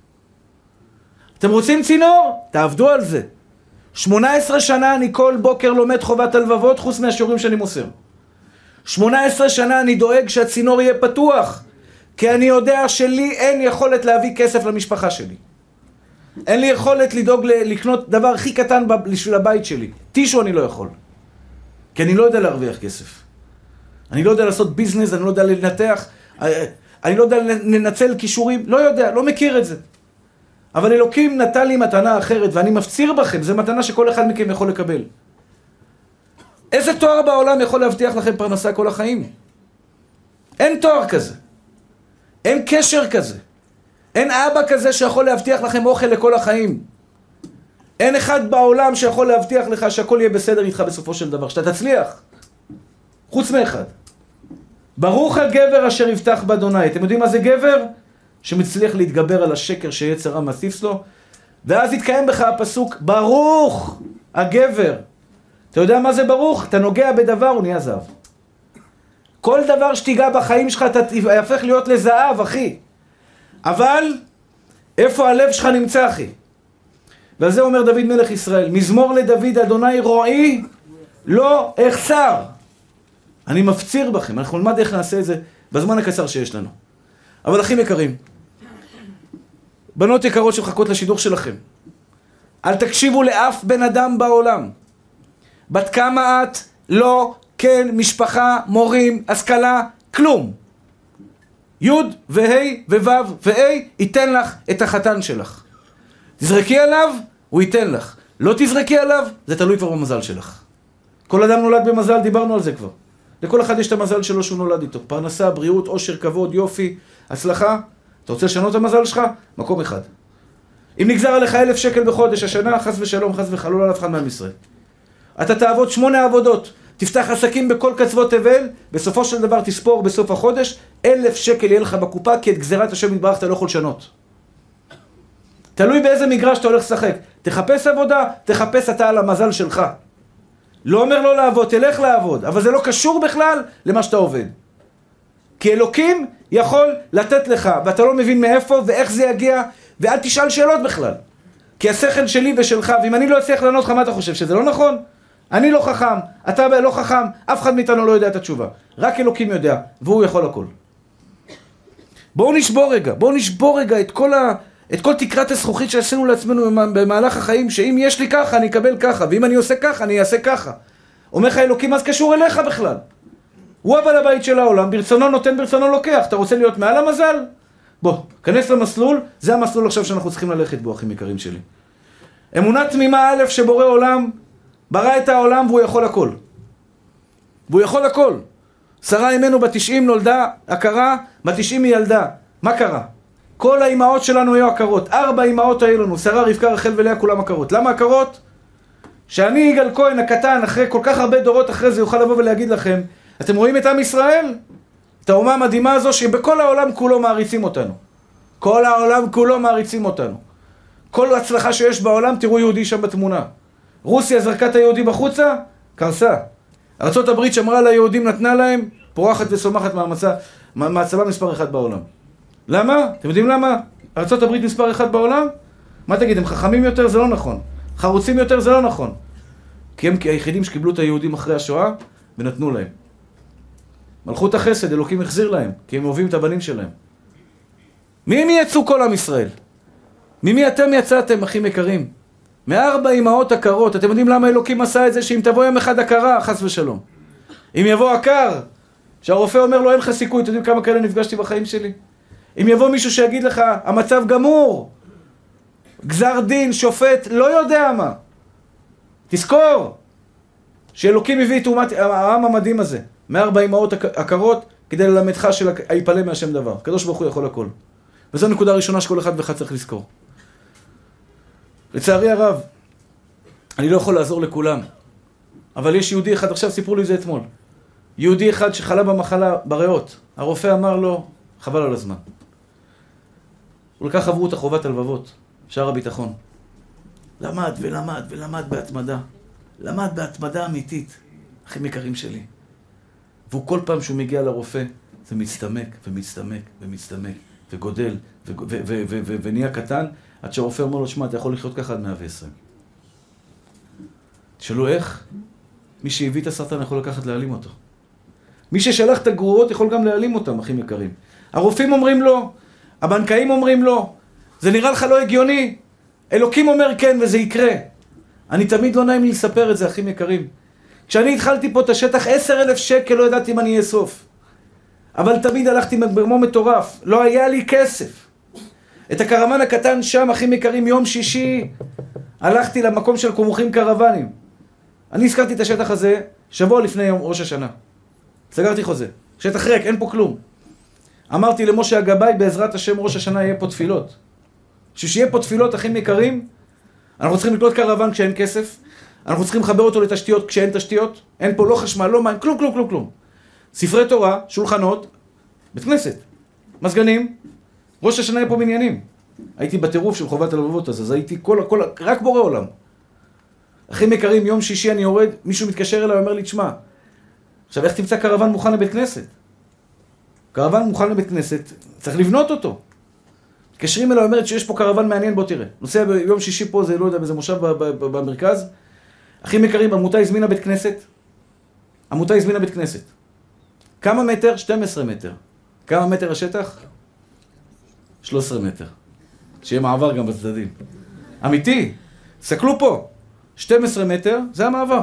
אתם רוצים צינור? תעבדו על זה. שמונה עשרה שנה אני כל בוקר לומד חובת הלבבות חוץ מהשיעורים שאני מוסר. שמונה עשרה שנה אני דואג שהצינור יהיה פתוח. כי אני יודע שלי אין יכולת להביא כסף למשפחה שלי. אין לי יכולת לדאוג לקנות דבר הכי קטן בשביל הבית שלי. טישו אני לא יכול. כי אני לא יודע להרוויח כסף. אני לא יודע לעשות ביזנס, אני לא יודע לנתח, אני לא יודע לנצל כישורים, לא יודע, לא מכיר את זה. אבל אלוקים נתן לי מתנה אחרת, ואני מפציר בכם, זו מתנה שכל אחד מכם יכול לקבל. איזה תואר בעולם יכול להבטיח לכם פרנסה כל החיים? אין תואר כזה. אין קשר כזה. אין אבא כזה שיכול להבטיח לכם אוכל לכל החיים. אין אחד בעולם שיכול להבטיח לך שהכל יהיה בסדר איתך בסופו של דבר, שאתה תצליח. חוץ מאחד. ברוך הגבר אשר יבטח באדוני. אתם יודעים מה זה גבר? שמצליח להתגבר על השקר שיצר רע מציף לו. ואז יתקיים בך הפסוק, ברוך הגבר. אתה יודע מה זה ברוך? אתה נוגע בדבר, הוא נהיה זהב. כל דבר שתיגע בחיים שלך, אתה יהפך להיות לזהב, אחי. אבל, איפה הלב שלך נמצא, אחי? ועל זה אומר דוד מלך ישראל, מזמור לדוד, אדוני רועי, לא אחסר. אני מפציר בכם, אנחנו נלמד איך נעשה את זה בזמן הקצר שיש לנו. אבל אחים יקרים, בנות יקרות שמחכות לשידור שלכם, אל תקשיבו לאף בן אדם בעולם. בת כמה את, לא, כן, משפחה, מורים, השכלה, כלום. י' וה' וו' וה' ייתן לך את החתן שלך. תזרקי עליו, הוא ייתן לך. לא תזרקי עליו, זה תלוי כבר במזל שלך. כל אדם נולד במזל, דיברנו על זה כבר. לכל אחד יש את המזל שלו שהוא נולד איתו. פרנסה, בריאות, עושר, כבוד, יופי, הצלחה. אתה רוצה לשנות את המזל שלך? מקום אחד. אם נגזר עליך אלף שקל בחודש השנה, חס ושלום, חס וחלול על אף אחד מעם ישראל. אתה תעבוד שמונה עבודות, תפתח עסקים בכל קצוות תבל, בסופו של דבר תספור בסוף החודש, אלף שקל יהיה לך בקופה, כי את גזירת השם יתברך אתה לא יכול לשנות. תלוי באיזה מגרש אתה הולך לשחק. תחפש עבודה, תחפש אתה על המזל שלך. לא אומר לא לעבוד, תלך לעבוד, אבל זה לא קשור בכלל למה שאתה עובד. כי אלוקים יכול לתת לך, ואתה לא מבין מאיפה ואיך זה יגיע, ואל תשאל שאלות בכלל. כי השכל שלי ושלך, ואם אני לא אצליח לענות לך, מה אתה חושב? שזה לא נכון? אני לא חכם, אתה לא חכם, אף אחד מאיתנו לא יודע את התשובה. רק אלוקים יודע, והוא יכול הכל. בואו נשבור רגע, בואו נשבור רגע את כל, ה... את כל תקרת הזכוכית שעשינו לעצמנו במהלך החיים, שאם יש לי ככה, אני אקבל ככה, ואם אני עושה ככה, אני אעשה ככה. אומר לך אלוקים, אז קשור אליך בכלל. הוא הבעל הבית של העולם, ברצונו נותן, ברצונו לוקח. אתה רוצה להיות מעל המזל? בוא, כנס למסלול, זה המסלול עכשיו שאנחנו צריכים ללכת בו, אחים יקרים שלי. אמונה תמימה א' שבורא עולם, ברא את העולם והוא יכול הכל. והוא יכול הכל. שרה אמנו בתשעים נולדה עקרה, בתשעים היא ילדה. מה קרה? כל האימהות שלנו היו עקרות. ארבע אימהות היו לנו, שרה, רבקה, רחל ולאה, כולם עקרות. למה עקרות? שאני יגאל כהן הקטן, אחרי כל כך הרבה דורות אחרי זה, יוכל לבוא ולהגיד לכם, אתם רואים את עם ישראל? את האומה המדהימה הזו שבכל העולם כולו מעריצים אותנו. כל העולם כולו מעריצים אותנו. כל הצלחה שיש בעולם, תראו יהודי שם בתמונה. רוסיה זרקה את היהודי בחוצה, קרסה. ארצות הברית שמרה ליהודים, נתנה להם, פורחת וסומחת מהמצא, מהצבא מספר אחד בעולם. למה? אתם יודעים למה? ארצות הברית מספר אחד בעולם? מה תגיד, הם חכמים יותר? זה לא נכון. חרוצים יותר? זה לא נכון. כי הם היחידים שקיבלו את היהודים אחרי השואה ונתנו להם. מלכות החסד, אלוקים החזיר להם, כי הם אוהבים את הבנים שלהם. מי מי יצאו כל עם ישראל? ממי אתם יצאתם, אחים יקרים? מארבע אמהות עקרות. אתם יודעים למה אלוקים עשה את זה? שאם תבוא יום אחד עקרה, חס ושלום. אם יבוא עקר, שהרופא אומר לו אין לך סיכוי, אתם יודעים כמה כאלה נפגשתי בחיים שלי? אם יבוא מישהו שיגיד לך, המצב גמור, גזר דין, שופט, לא יודע מה. תזכור, שאלוקים הביא את העם המדהים הזה, מארבע אמהות עקרות, כדי ללמדך שיפלא מהשם דבר. הקדוש ברוך הוא יכול הכל. וזו נקודה ראשונה שכל אחד ואחד צריך לזכור. לצערי הרב, אני לא יכול לעזור לכולם, אבל יש יהודי אחד, עכשיו סיפרו לי זה אתמול, יהודי אחד שחלה במחלה בריאות, הרופא אמר לו, חבל על הזמן. ולכך עברו את החובת הלבבות, שער הביטחון. למד ולמד ולמד בהתמדה, למד בהתמדה אמיתית, אחים יקרים שלי. והוא כל פעם שהוא מגיע לרופא, זה מצטמק ומצטמק ומצטמק, וגודל ונהיה קטן, עד שהרופא אומר לו, שמה, אתה יכול לחיות ככה עד מאה ועשרים. תשאלו איך? מי שהביא את הסרטן יכול לקחת להעלים אותו. מי ששלח את הגרורות יכול גם להעלים אותם, אחים יקרים. הרופאים אומרים לא, הבנקאים אומרים לא. זה נראה לך לא הגיוני. אלוקים אומר כן וזה יקרה. אני תמיד לא נעים לי לספר את זה, אחים יקרים. כשאני התחלתי פה את השטח, עשר אלף שקל לא ידעתי אם אני אאסוף. אבל תמיד הלכתי ברמו מטורף. לא היה לי כסף. את הקרמן הקטן שם, אחים יקרים, יום שישי, הלכתי למקום של קומוחים קרוונים. אני הזכרתי את השטח הזה שבוע לפני יום ראש השנה. סגרתי חוזה. שטח ריק, אין פה כלום. אמרתי למשה הגבאי, בעזרת השם ראש השנה יהיה פה תפילות. שיהיה פה תפילות, אחים יקרים, אנחנו צריכים לקנות קרוון כשאין כסף, אנחנו צריכים לחבר אותו לתשתיות כשאין תשתיות, אין פה לא חשמל, לא מים, כלום, כלום, כלום, כלום. ספרי תורה, שולחנות, בית כנסת, מזגנים, ראש השנה יהיה פה בניינים. הייתי בטירוף של חובת הלבבות, אז הייתי כל, כל, רק בורא עולם. אחים יקרים, יום שישי אני יורד, מישהו מתקשר אליי ואומר לי, תשמע, עכשיו איך תמצא קרוון מוכן לבית כנסת? קרוון מוכן לבית כנסת, צריך לבנות אותו. מתקשרים אליי ואומרת שיש פה קרוון מעניין, בוא תראה. נוסע ביום שישי פה, זה לא יודע, באיזה מושב במרכז. אחים יקרים, עמותה הזמינה בית כנסת. עמותה הזמינה בית כנסת. כמה מטר? שנים עשר מטר. כמה מטר השטח? שלושה עשר מטר. שיהיה מעבר גם בצדדים. אמיתי, סתכלו פה, שנים עשר מטר, זה המעבר.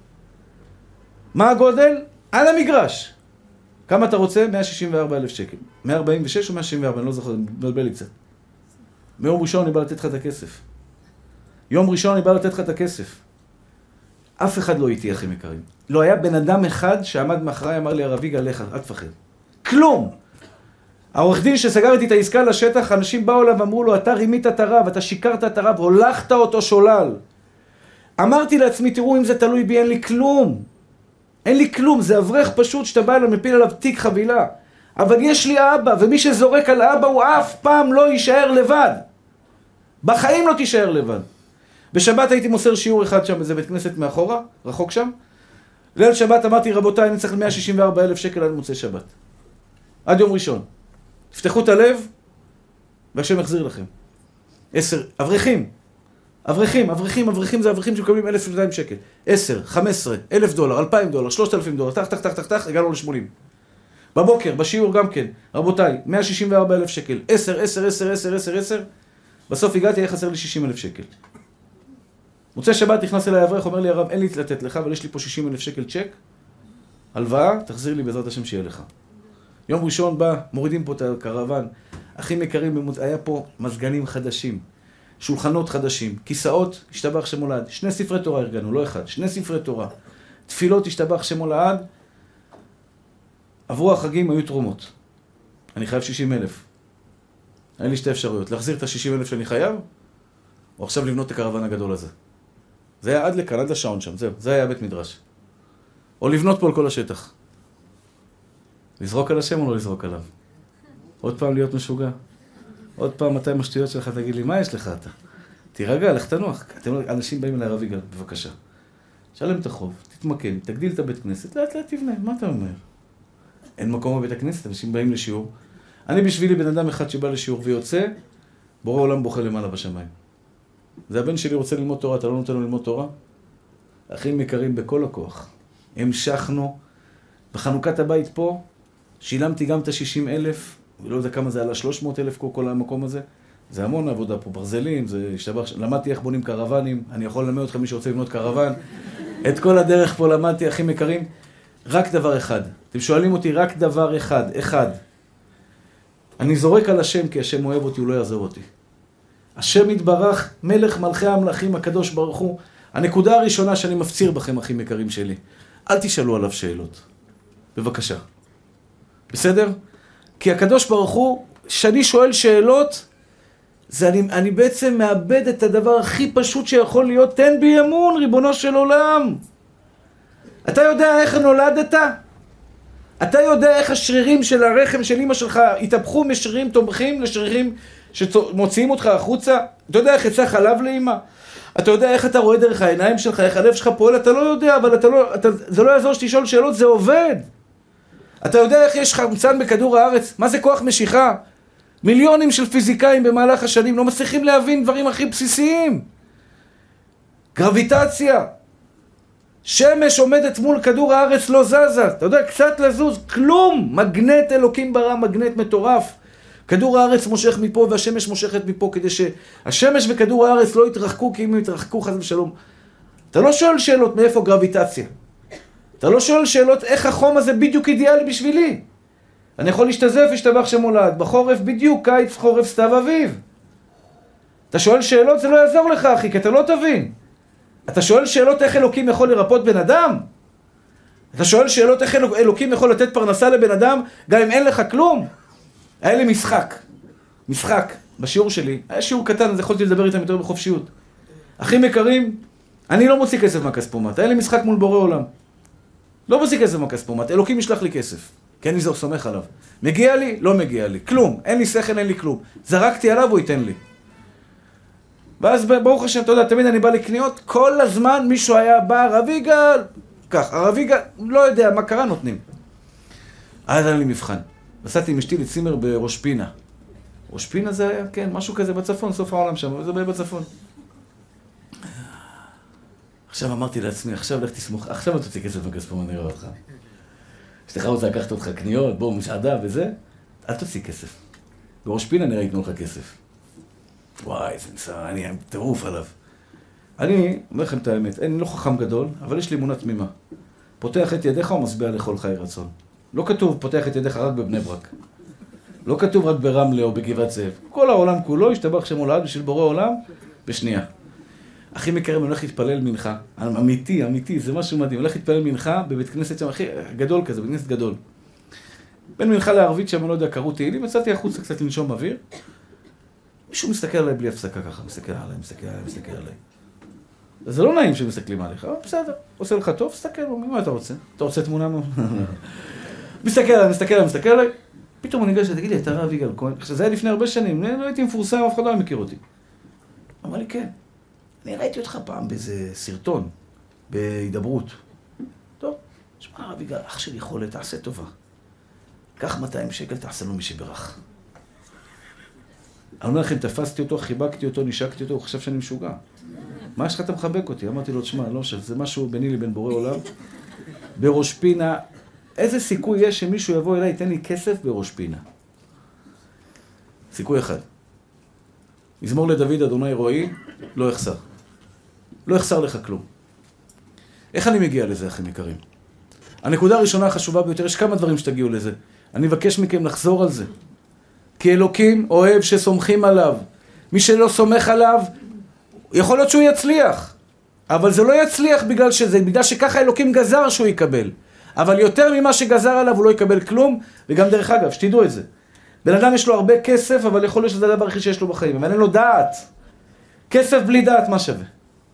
מה הגודל? על המגרש. כמה אתה רוצה? מאה שישים וארבעה אלף שקל. מאה ארבעים ושש או מאה שישים וארבע, אני לא זוכר, מבלבל לי קצת. ביום ראשון אני בא לתת לך את הכסף. יום ראשון אני בא לתת לך את הכסף. אף אחד לא איתי, אחים יקרים. לא היה בן אדם אחד שעמד מאחוריי, אמר לי, הרב יגאל, לך, אל תפחד. כלום! העורך דין שסגר איתי את העסקה לשטח, אנשים באו אליו ואמרו לו, אתה רימית את הרב, אתה שיקרת את הרב, הולכת אותו שולל. אמרתי לעצמי, תראו, אם זה תלוי בי, אין לי כלום. אין לי כלום, זה אברך פשוט שאתה בא אליו, מפיל עליו תיק חבילה. אבל יש לי אבא, ומי שזורק על אבא הוא אף פעם לא יישאר לבד. בחיים לא תישאר לבד. בשבת הייתי מוסר שיעור אחד שם, איזה בית כנסת מאחורה, רחוק שם. ליל שבת אמרתי, רבותיי, אני צריך מאה שישים וארבעה אלף שקל עד מוצאי שבת. עד יום ראשון. תפתחו את הלב, והשם יחזיר לכם. עשר, אברכים. אברכים, אברכים, אברכים זה אברכים שמקבלים אלף ושתיים שקל. עשר, חמש עשרה, אלף דולר, אלפיים דולר, שלושת אלפים דולר, תח, תח, תח, תח, תח, הגענו לשמונים. בבוקר, בשיעור גם כן, רבותיי, מאה שישים וארבעה אלף שקל, עשר, עשר, עשר, עשר, עשר, עשר, בסוף הגעתי, היה חסר לי שישים אלף שקל. מוצא שבת נכנס אליי אברך, אומר לי, הרב, אין לי לתת לך, אבל יש לי פה שישים אלף שקל צ'ק, הלוואה, תחזיר לי בעזרת השם שיהיה לך. יום ראשון בא, מורידים פה את הקרוון, אחים יקרים, היה פה מזגנים חדשים, שולחנות חדשים, כיסאות, השתבח שמו לעד, שני ספרי תורה ארגנו, לא אחד, שני ספרי תורה, תפילות, השתבח שמו לעד, עברו החגים, היו תרומות. אני חייב שישים אלף. היה לי שתי אפשרויות, להחזיר את ה-שישים אלף שאני חייב, או עכשיו לבנות את הקרוון הגדול הזה. זה היה עד לכאן, עד לשעון שם, זהו, זה היה בית מדרש. או לבנות פה על כל השטח. לזרוק על השם או לא לזרוק עליו? עוד פעם להיות משוגע. עוד פעם, מתי משטויות שלך, תגיד לי, מה יש לך אתה? תירגע, לך תנוח. אתם, אנשים באים אליי, הרב יגאל, בבקשה. שלם את החוב, תתמקם, תגדיל את הבית כנסת, לאט לאט תבנה, מה אתה אומר? אין מקום בבית הכנסת, אנשים באים לשיעור. אני בשבילי בן אדם אחד שבא לשיעור ויוצא, בורא עולם בוכה למעלה בשמיים. זה הבן שלי רוצה ללמוד תורה, אתה לא נותן לו ללמוד תורה? אחים יקרים בכל הכוח. המשכנו, בחנוכת הבית פה, שילמתי גם את ה-שישים אלף, ולא יודע כמה זה עלה, שלוש מאות אלף כל, כל המקום הזה. זה המון עבודה פה, ברזלים, זה השתבח, למדתי איך בונים קרוונים, אני יכול ללמד אותך מי שרוצה לבנות קרוון. את כל הדרך פה למדתי, אחים יקרים. רק דבר אחד. אתם שואלים אותי רק דבר אחד, אחד. אני זורק על השם כי השם אוהב אותי, הוא לא יעזור אותי. השם יתברך, מלך מלכי המלכים, הקדוש ברוך הוא. הנקודה הראשונה שאני מפציר בכם, אחים יקרים שלי. אל תשאלו עליו שאלות. בבקשה. בסדר? כי הקדוש ברוך הוא, שאני שואל שאלות, זה אני, אני בעצם מאבד את הדבר הכי פשוט שיכול להיות, תן בי אמון, ריבונו של עולם. אתה יודע איך נולדת? אתה יודע איך השרירים של הרחם של אמא שלך התהפכו משרירים תומכים לשרירים שמוציאים אותך החוצה? אתה יודע איך יצא חלב לאמא? אתה יודע איך אתה רואה דרך העיניים שלך, איך הלב שלך פועל? אתה לא יודע, אבל אתה לא, אתה, זה לא יעזור שתשאול שאלות, זה עובד. אתה יודע איך יש חמצן בכדור הארץ? מה זה כוח משיכה? מיליונים של פיזיקאים במהלך השנים לא מצליחים להבין דברים הכי בסיסיים. גרביטציה. שמש עומדת מול כדור הארץ לא זזה. אתה יודע, קצת לזוז, כלום. מגנט אלוקים ברא, מגנט מטורף. כדור הארץ מושך מפה והשמש מושכת מפה כדי שהשמש וכדור הארץ לא יתרחקו, כי אם הם יתרחקו חס ושלום. אתה לא שואל שאלות מאיפה גרביטציה. אתה לא שואל שאלות איך החום הזה בדיוק אידיאלי בשבילי. אני יכול להשתזף, השתבח שמו לעד. בחורף בדיוק, קיץ, חורף, סתיו, אביב. אתה שואל שאלות, זה לא יעזור לך, אחי, כי אתה לא תבין. אתה שואל שאלות איך אלוקים יכול לרפות בן אדם? אתה שואל שאלות איך אלוקים יכול לתת פרנסה לבן אדם, גם אם אין לך כלום? היה לי משחק. משחק. בשיעור שלי. היה שיעור קטן, אז יכולתי לדבר איתם יותר בחופשיות. אחים יקרים, אני לא מוציא כסף מהכספומט. היה לי משחק מול בורא עולם. לא מוציא כסף מהכספומט. אלוקים ישלח לי כסף. כי אני סומך עליו. מגיע לי? לא מגיע לי. כלום. אין לי שכל, אין לי כלום. זרקתי עליו, הוא ייתן לי. ואז ברוך השם, אתה יודע, תמיד אני בא לקניות, כל הזמן מישהו היה בא, הרב יגאל, כך, הרב יגאל, לא יודע מה קרה, נותנים. אז היה לי מבחן. נסעתי עם אשתי לצימר בראש פינה. ראש פינה זה היה, כן, משהו כזה בצפון, סוף העולם שם, זה בצפון. עכשיו אמרתי לעצמי, עכשיו לך תסמוך, עכשיו לא תוציא כסף בכספומט, אני רואה אותך. אשתך רוצה לקחת אותך קניות, בוא, משעדה וזה, אל תוציא כסף. בראש פינה נראה יתנו לך כסף. וואי, איזה נסה, אני טירוף עליו. אני אומר לכם את האמת, אני לא חכם גדול, אבל יש לי אמונה תמימה. פותח את ידיך ומשביע לכל חי רצון. לא כתוב פותח את ידיך רק בבני ברק. לא כתוב רק ברמלה או בגבעת זאב. כל העולם כולו ישתבח שם הולד בשביל בורא עולם בשנייה. הכי מקרב, אני הולך להתפלל מנחה. אמיתי, אמיתי, זה משהו מדהים. הולך להתפלל מנחה בבית כנסת שם, הכי גדול כזה, בית כנסת גדול. בין מנחה לערבית שם, אני לא יודע, קראו תהילים, יצאתי החוצה קצת לנשום אוויר. מישהו מסתכל עליי בלי הפסקה ככה, מסתכל עליי, מסתכל עליי, מסתכל עליי. זה לא נעים שמסתכלים עליך, אבל בסדר, עושה לך טוב, סתכל, מה אתה רוצה? אתה רוצה תמונה? מסתכל עליי, מסתכל עליי, מסתכל עליי. פתאום אני ניגש, תגיד לי, אתה רב יגאל כהן? זה היה לפני הרבה שנים, לא הייתי מפורסם, אף אחד לא מכיר אותי. אמר לי, כן. אני ראיתי אותך פעם באיזה סרטון, בהידברות. טוב, שמע, רב יגאל, אח שלי חולה, תעשה טובה. קח מאתיים שקל, תעשה לו מי שברך. אני אומר לכם, תפסתי אותו, חיבקתי אותו, נשקתי אותו, הוא חשב שאני משוגע. מה יש לך אתה מחבק אותי? אמרתי לו, תשמע, לא חושב, זה משהו ביני לבין בורא עולם. בראש פינה, איזה סיכוי יש שמישהו יבוא אליי, ייתן לי כסף בראש פינה? סיכוי אחד. מזמור לדוד, אדוני רואי, לא יחסר. לא יחסר לך כלום. איך אני מגיע לזה, אחים יקרים? הנקודה הראשונה החשובה ביותר, יש כמה דברים שתגיעו לזה. אני מבקש מכם לחזור על זה. כי אלוקים אוהב שסומכים עליו. מי שלא סומך עליו, יכול להיות שהוא יצליח. אבל זה לא יצליח בגלל שזה, בגלל שככה אלוקים גזר שהוא יקבל. אבל יותר ממה שגזר עליו הוא לא יקבל כלום, וגם דרך אגב, שתדעו את זה. בן אדם יש לו הרבה כסף, אבל יכול להיות שזה הדבר הכי שיש לו בחיים, אבל אין לו דעת. כסף בלי דעת, מה שווה?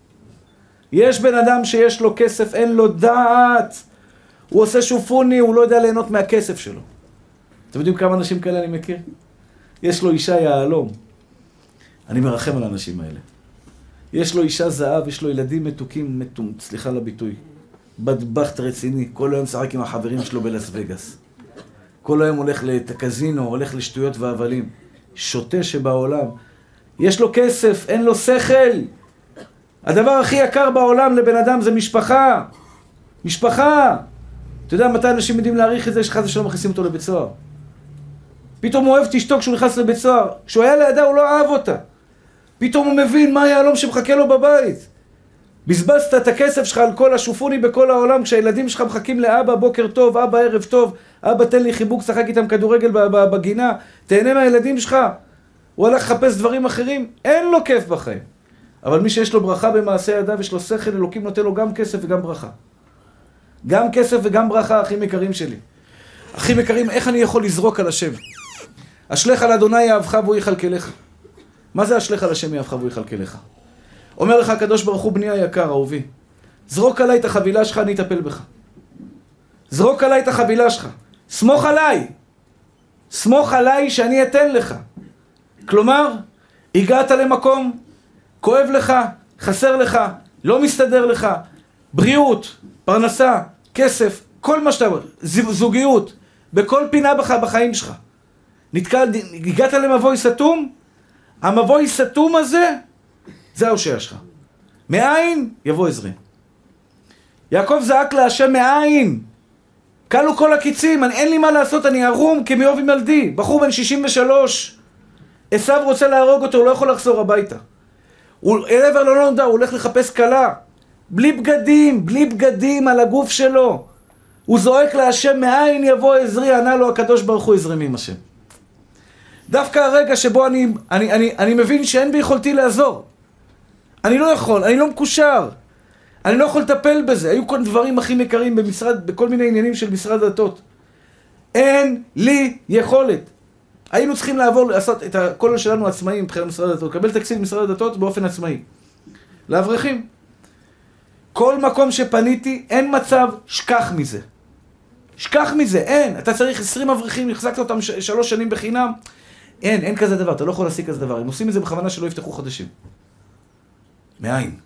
יש בן אדם שיש לו כסף, אין לו דעת. הוא עושה שופוני, הוא לא יודע ליהנות מהכסף שלו. אתם יודעים כמה אנשים כאלה אני מכיר? יש לו אישה יעלום. אני מרחם על האנשים האלה. יש לו אישה זהב, יש לו ילדים מתוקים, מתום, סליחה על הביטוי. בדבחת רציני, כל היום שחק עם החברים שלו בלס וגאס. כל היום הולך לקזינו, הולך לשטויות והבלים. שוטה שבעולם. יש לו כסף, אין לו שכל. הדבר הכי יקר בעולם לבן אדם זה משפחה. משפחה. אתה יודע מתי אנשים יודעים להעריך את זה שחס ושלום מכניסים אותו לבית סוהר? פתאום הוא אוהב את אשתו כשהוא נכנס לבית סוהר. כשהוא היה לידה הוא לא אהב אותה. פתאום הוא מבין מה היהלום שמחכה לו בבית. בזבזת את הכסף שלך על כל השופוני בכל העולם, כשהילדים שלך מחכים לאבא בוקר טוב, אבא ערב טוב, אבא תן לי חיבוק, שחק איתם כדורגל בגינה, תהנה מהילדים שלך. הוא הלך לחפש דברים אחרים, אין לו כיף בחיים. אבל מי שיש לו ברכה במעשה ידיו, יש לו שכל, אלוקים נותן לו גם כסף וגם ברכה. גם כסף וגם ברכה, אחים יקרים שלי. אחים יקרים, איך אני יכול לזרוק על השם? אשליך על אדוני יאהבך והוא יכלכלך. מה זה אשליך על השם יאהבך והוא יכלכלך? אומר לך הקדוש ברוך הוא, בני היקר, אהובי, זרוק עליי את החבילה שלך, אני אטפל בך. זרוק עליי את החבילה שלך. סמוך עליי. סמוך עליי שאני אתן לך. כלומר, הגעת למקום, כואב לך, חסר לך, לא מסתדר לך, בריאות, פרנסה, כסף, כל מה שאתה אומר, זוגיות, בכל פינה בך בחיים שלך. נתקע, הגעת למבוי סתום, המבוי סתום הזה, זה ההושע שלך. מאין יבוא עזרי. יעקב זעק להשם מאין. קלו כל הקיצים, אני, אין לי מה לעשות, אני ערום כמיוב עם ילדי. בחור בן שישים ושלוש. עשיו רוצה להרוג אותו, הוא לא יכול לחזור הביתה. הוא עבר לא נודע, הוא הולך לחפש כלה. בלי בגדים, בלי בגדים על הגוף שלו. הוא זועק להשם מאין יבוא עזרי, ענה לו הקדוש ברוך הוא עזרי מים השם. דווקא הרגע שבו אני, אני, אני, אני מבין שאין ביכולתי לעזור. אני לא יכול, אני לא מקושר. אני לא יכול לטפל בזה. היו כל דברים הכי יקרים במשרד, בכל מיני עניינים של משרד הדתות. אין לי יכולת. היינו צריכים לעבור, לעשות את הקול שלנו עצמאי מבחינת משרד הדתות. לקבל תקציב משרד הדתות באופן עצמאי. לאברכים. כל מקום שפניתי, אין מצב, שכח מזה. שכח מזה, אין. אתה צריך עשרים אברכים, החזקת אותם ש- שלוש שנים בחינם. אין, אין כזה דבר, אתה לא יכול להשיג כזה דבר. הם עושים את זה בכוונה שלא יפתחו חדשים. מאין?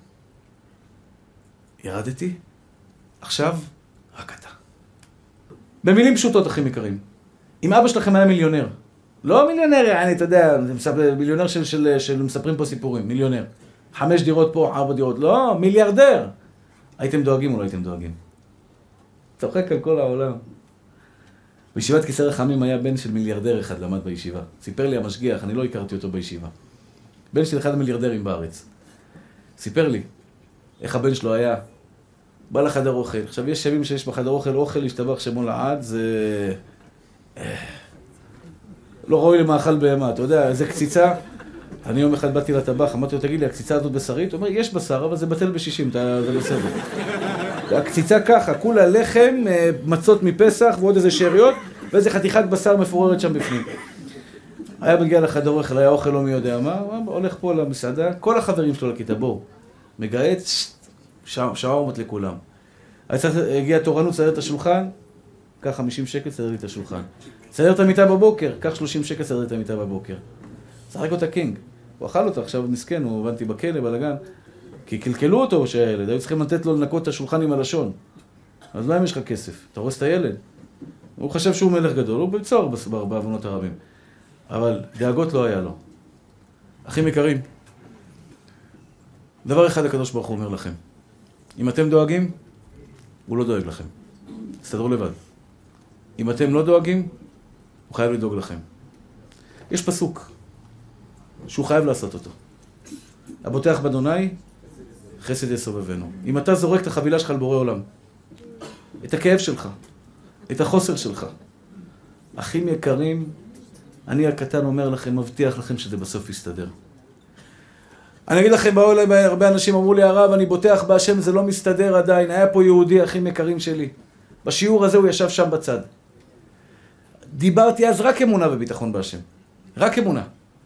ירדתי, עכשיו, רק אתה. במילים פשוטות, אחים יקרים. אם אבא שלכם היה מיליונר, לא מיליונר, אני, אתה יודע, מיליונר של, של, של מספרים פה סיפורים, מיליונר. חמש דירות פה, ארבע דירות, לא, מיליארדר. הייתם דואגים או לא הייתם דואגים? צוחק על כל העולם. בישיבת כיסא רחמים היה בן של מיליארדר אחד, למד בישיבה. סיפר לי המשגיח, אני לא הכרתי אותו בישיבה. בן שלי אחד המיליארדרים בארץ. סיפר לי איך הבן שלו היה, בא לחדר אוכל. עכשיו יש ימים שיש בחדר אוכל, אוכל ישתבח שמו לעד, זה לא ראוי למאכל בהמה, אתה יודע, איזה קציצה. אני יום אחד באתי לטבח, אמרתי לו, תגיד לי, הקציצה הזאת בשרית? הוא אומר, יש בשר, אבל זה בטל בשישים, זה בסדר. הקציצה ככה, כולה לחם, מצות מפסח ועוד איזה שאריות, ואיזה חתיכת בשר מפוררת שם בפנים. היה מגיע לחדר אוכל, היה אוכל לא מי יודע מה, הוא הולך פה למסעדה, כל החברים שלו לכיתה, בואו, מגהץ, שווארמות לכולם. הגיע תורנות, סדר את השולחן, קח חמישים שקל, סדר לי את השולחן. סדר את המיטה בבוקר, קח שלושים שקל, סדר את המיטה בבוקר. שחק אותה קינג. הוא אכל אותה, עכשיו מסכן, הוא הבנתי בכלא, בלגן. כי קלקלו אותו שהילד, היו צריכים לתת לו לנקות את השולחן עם הלשון. אז מה אם יש לך כסף? אתה רואה את הילד? הוא חשב שהוא מלך גדול, הוא בצער בעוונות הרבים. אבל דאגות לא היה לו. אחים יקרים, דבר אחד הקדוש ברוך הוא אומר לכם. אם אתם דואגים, הוא לא דואג לכם. תסתדרו לבד. אם אתם לא דואגים, הוא חייב לדאוג לכם. יש פסוק שהוא חייב לעשות אותו. הבוטח באדוני, חסד יסובבנו. אם אתה זורק את החבילה שלך לבורא עולם, את הכאב שלך, את החוסר שלך, אחים יקרים, אני הקטן אומר לכם, מבטיח לכם שזה בסוף יסתדר. אני אגיד לכם, באו אליי הרבה אנשים אמרו לי, הרב, אני בוטח בהשם, זה לא מסתדר עדיין. היה פה יהודי, אחים יקרים שלי. בשיעור הזה הוא ישב שם בצד. דיברתי אז רק אמונה וביטחון בהשם. רק אמונה.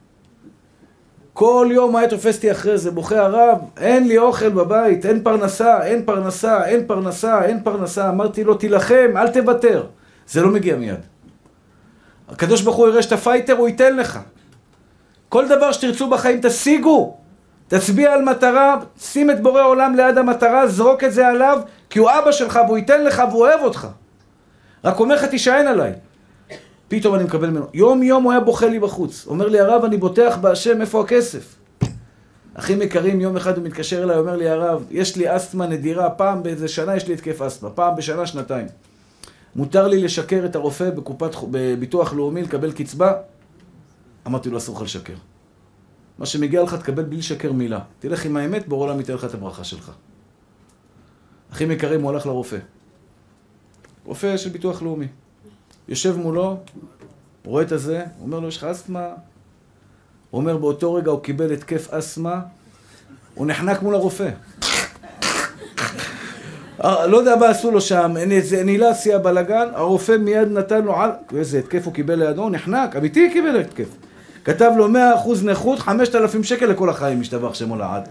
כל יום היה תופסתי אחרי זה, בוכה הרב, אין לי אוכל בבית, אין פרנסה, אין פרנסה, אין פרנסה, אין פרנסה. אמרתי לו, תילחם, אל תוותר. זה לא מגיע מיד. הקדוש ברוך הוא יראה שאתה פייטר, הוא ייתן לך. כל דבר שתרצו בחיים תשיגו. תצביע על מטרה, שים את בורא עולם ליד המטרה, זרוק את זה עליו, כי הוא אבא שלך והוא ייתן לך והוא אוהב אותך. רק אומר לך, תישען עליי. פתאום אני מקבל ממנו. יום יום הוא היה בוכה לי בחוץ. אומר לי, הרב, אני בוטח בהשם, איפה הכסף? אחים יקרים, יום אחד הוא מתקשר אליי, אומר לי, הרב, יש לי אסתמה נדירה, פעם באיזה שנה יש לי התקף אסתמה, פעם בשנה, שנתיים. מותר לי לשקר את הרופא בקופת, בביטוח לאומי, לקבל קצבה? אמרתי לו, אסור לך לשקר. מה שמגיע לך תקבל בלי שקר מילה. תלך עם האמת, בורא עולם ייתן לך את הברכה שלך. אחים יקרים, הוא הלך לרופא. רופא של ביטוח לאומי. יושב מולו, רואה את הזה, הוא אומר לו, יש לך אסתמה? הוא אומר, באותו רגע הוא קיבל התקף אסתמה, הוא נחנק מול הרופא. לא יודע מה עשו לו שם, איזה אנילציה בלגן, הרופא מיד נתן לו על... איזה התקף הוא קיבל לידו, הוא נחנק, אמיתי קיבל התקף. כתב לו מאה אחוז נכות, חמשת אלפים שקל לכל החיים, משתבח שמו לעד.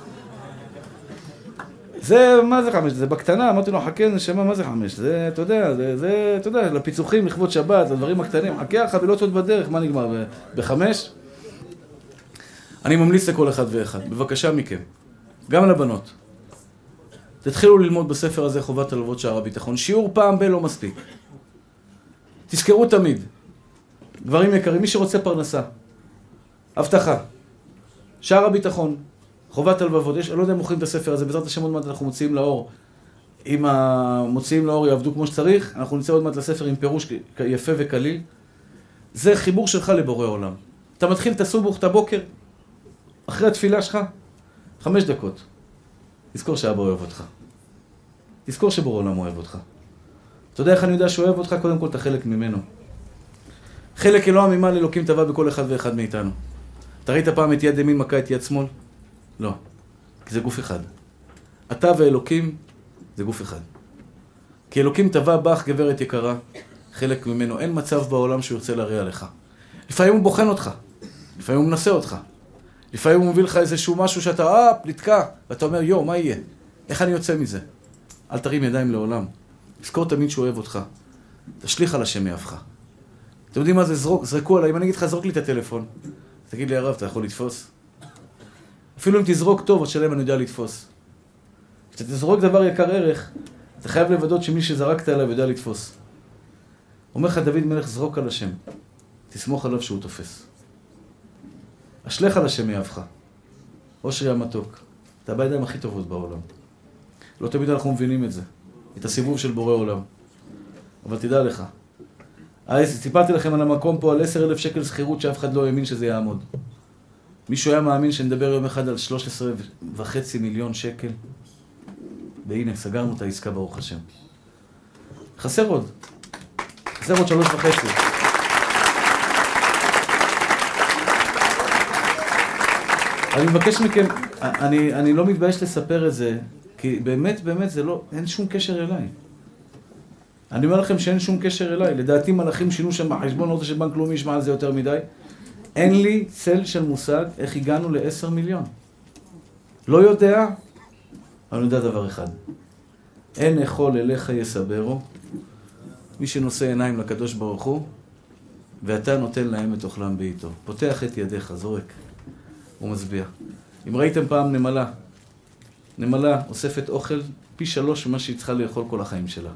זה, מה זה חמש? זה בקטנה, אמרתי לו, חכה, נשמה, מה זה חמש? זה, אתה יודע, זה, זה, אתה יודע, לפיצוחים, לכבוד שבת, לדברים הקטנים, חכה, החבילות עוד בדרך, מה נגמר? ב- בחמש? אני ממליץ לכל אחד ואחד, בבקשה מכם, גם לבנות. תתחילו ללמוד בספר הזה חובת הלוות שער הביטחון. שיעור פעם ב- לא מספיק. תזכרו תמיד. דברים יקרים, מי שרוצה פרנסה, הבטחה, שער הביטחון, חובת הלבבות, יש, אני לא יודע אם מוכרים את הספר הזה, בעזרת השם עוד מעט אנחנו מוציאים לאור. אם המוציאים לאור יעבדו כמו שצריך, אנחנו נצא עוד מעט לספר עם פירוש יפה וקליל. זה חיבור שלך לבורא עולם. אתה מתחיל את הסובוך את הבוקר, אחרי התפילה שלך, חמש דקות. תזכור שאבא אוהב אותך. תזכור שבורא עולם אוהב אותך. אתה יודע איך אני יודע שהוא אוהב אותך? קודם כל אתה חלק ממנו. חלק אלוה ממעל אלוקים טבע בכל אחד ואחד מאיתנו. אתה ראית פעם את יד ימין מכה את יד שמאל? לא. כי זה גוף אחד. אתה ואלוקים זה גוף אחד. כי אלוקים טבע בך, גברת יקרה, חלק ממנו. אין מצב בעולם שהוא ירצה להריע לך. לפעמים הוא בוחן אותך. לפעמים הוא מנסה אותך. לפעמים הוא מביא לך איזשהו משהו שאתה, אה, נתקע. ואתה אומר, יו, מה יהיה? איך אני יוצא מזה? אל תרים ידיים לעולם. תזכור תמיד שהוא אוהב אותך. תשליך על השם מאבך. אתם יודעים מה זה זרוק? זרקו עליי. אם אני אגיד לך, זרוק לי את הטלפון. תגיד לי, הרב, אתה יכול לתפוס? אפילו אם תזרוק טוב, השאלה אני יודע לתפוס. כשאתה תזרוק דבר יקר ערך, אתה חייב לוודאות שמי שזרקת עליו יודע לתפוס. אומר לך דוד מלך, זרוק על השם. תסמוך עליו שהוא תופס. אשלך על השם מאבך. אושרי המתוק. אתה בידיים הכי טובות בעולם. לא תמיד אנחנו מבינים את זה. את הסיבוב של בורא עולם. אבל תדע לך. סיפרתי לכם על המקום פה על עשר אלף שקל שכירות שאף אחד לא האמין שזה יעמוד. מישהו היה מאמין שנדבר יום אחד על שלוש עשרה וחצי מיליון שקל? והנה, סגרנו את העסקה ברוך השם. חסר עוד. חסר עוד שלוש וחצי. אני מבקש מכם, אני, אני לא מתבייש לספר את זה, כי באמת, באמת, זה לא, אין שום קשר אליי. אני אומר לכם שאין שום קשר אליי. לדעתי מלאכים שינו שם בחשבון, לא זה שבנק לאומי ישמע על זה יותר מדי. אין לי צל של מושג איך הגענו לעשר מיליון. לא יודע, אבל אני יודע דבר אחד. אין אכול אליך יסברו, מי שנושא עיניים לקדוש ברוך הוא, ואתה נותן להם את אוכלם בעיתו. פותח את ידיך, זורק. הוא מצביע. אם ראיתם פעם נמלה, נמלה אוספת אוכל פי שלוש ממה שהיא צריכה לאכול כל החיים שלה.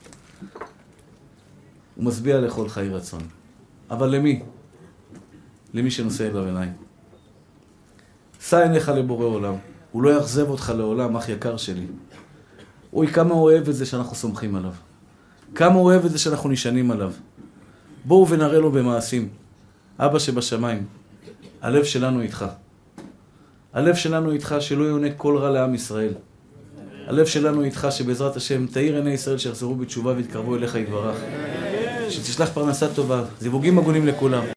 הוא מצביע לאכול חיי רצון. אבל למי? למי שנושא אליו עיניים. שא עיניך לבורא עולם. הוא לא יאכזב אותך לעולם, אח יקר שלי. אוי, כמה הוא אוהב את זה שאנחנו סומכים עליו. כמה הוא אוהב את זה שאנחנו נשענים עליו. בואו ונראה לו במעשים. אבא שבשמיים, הלב שלנו איתך. הלב שלנו איתך שלא יונק כל רע לעם ישראל. הלב שלנו איתך שבעזרת השם תאיר עיני ישראל שיחזרו בתשובה ויתקרבו אליך יתברך. שתשלח פרנסה טובה, זיווגים הגונים לכולם.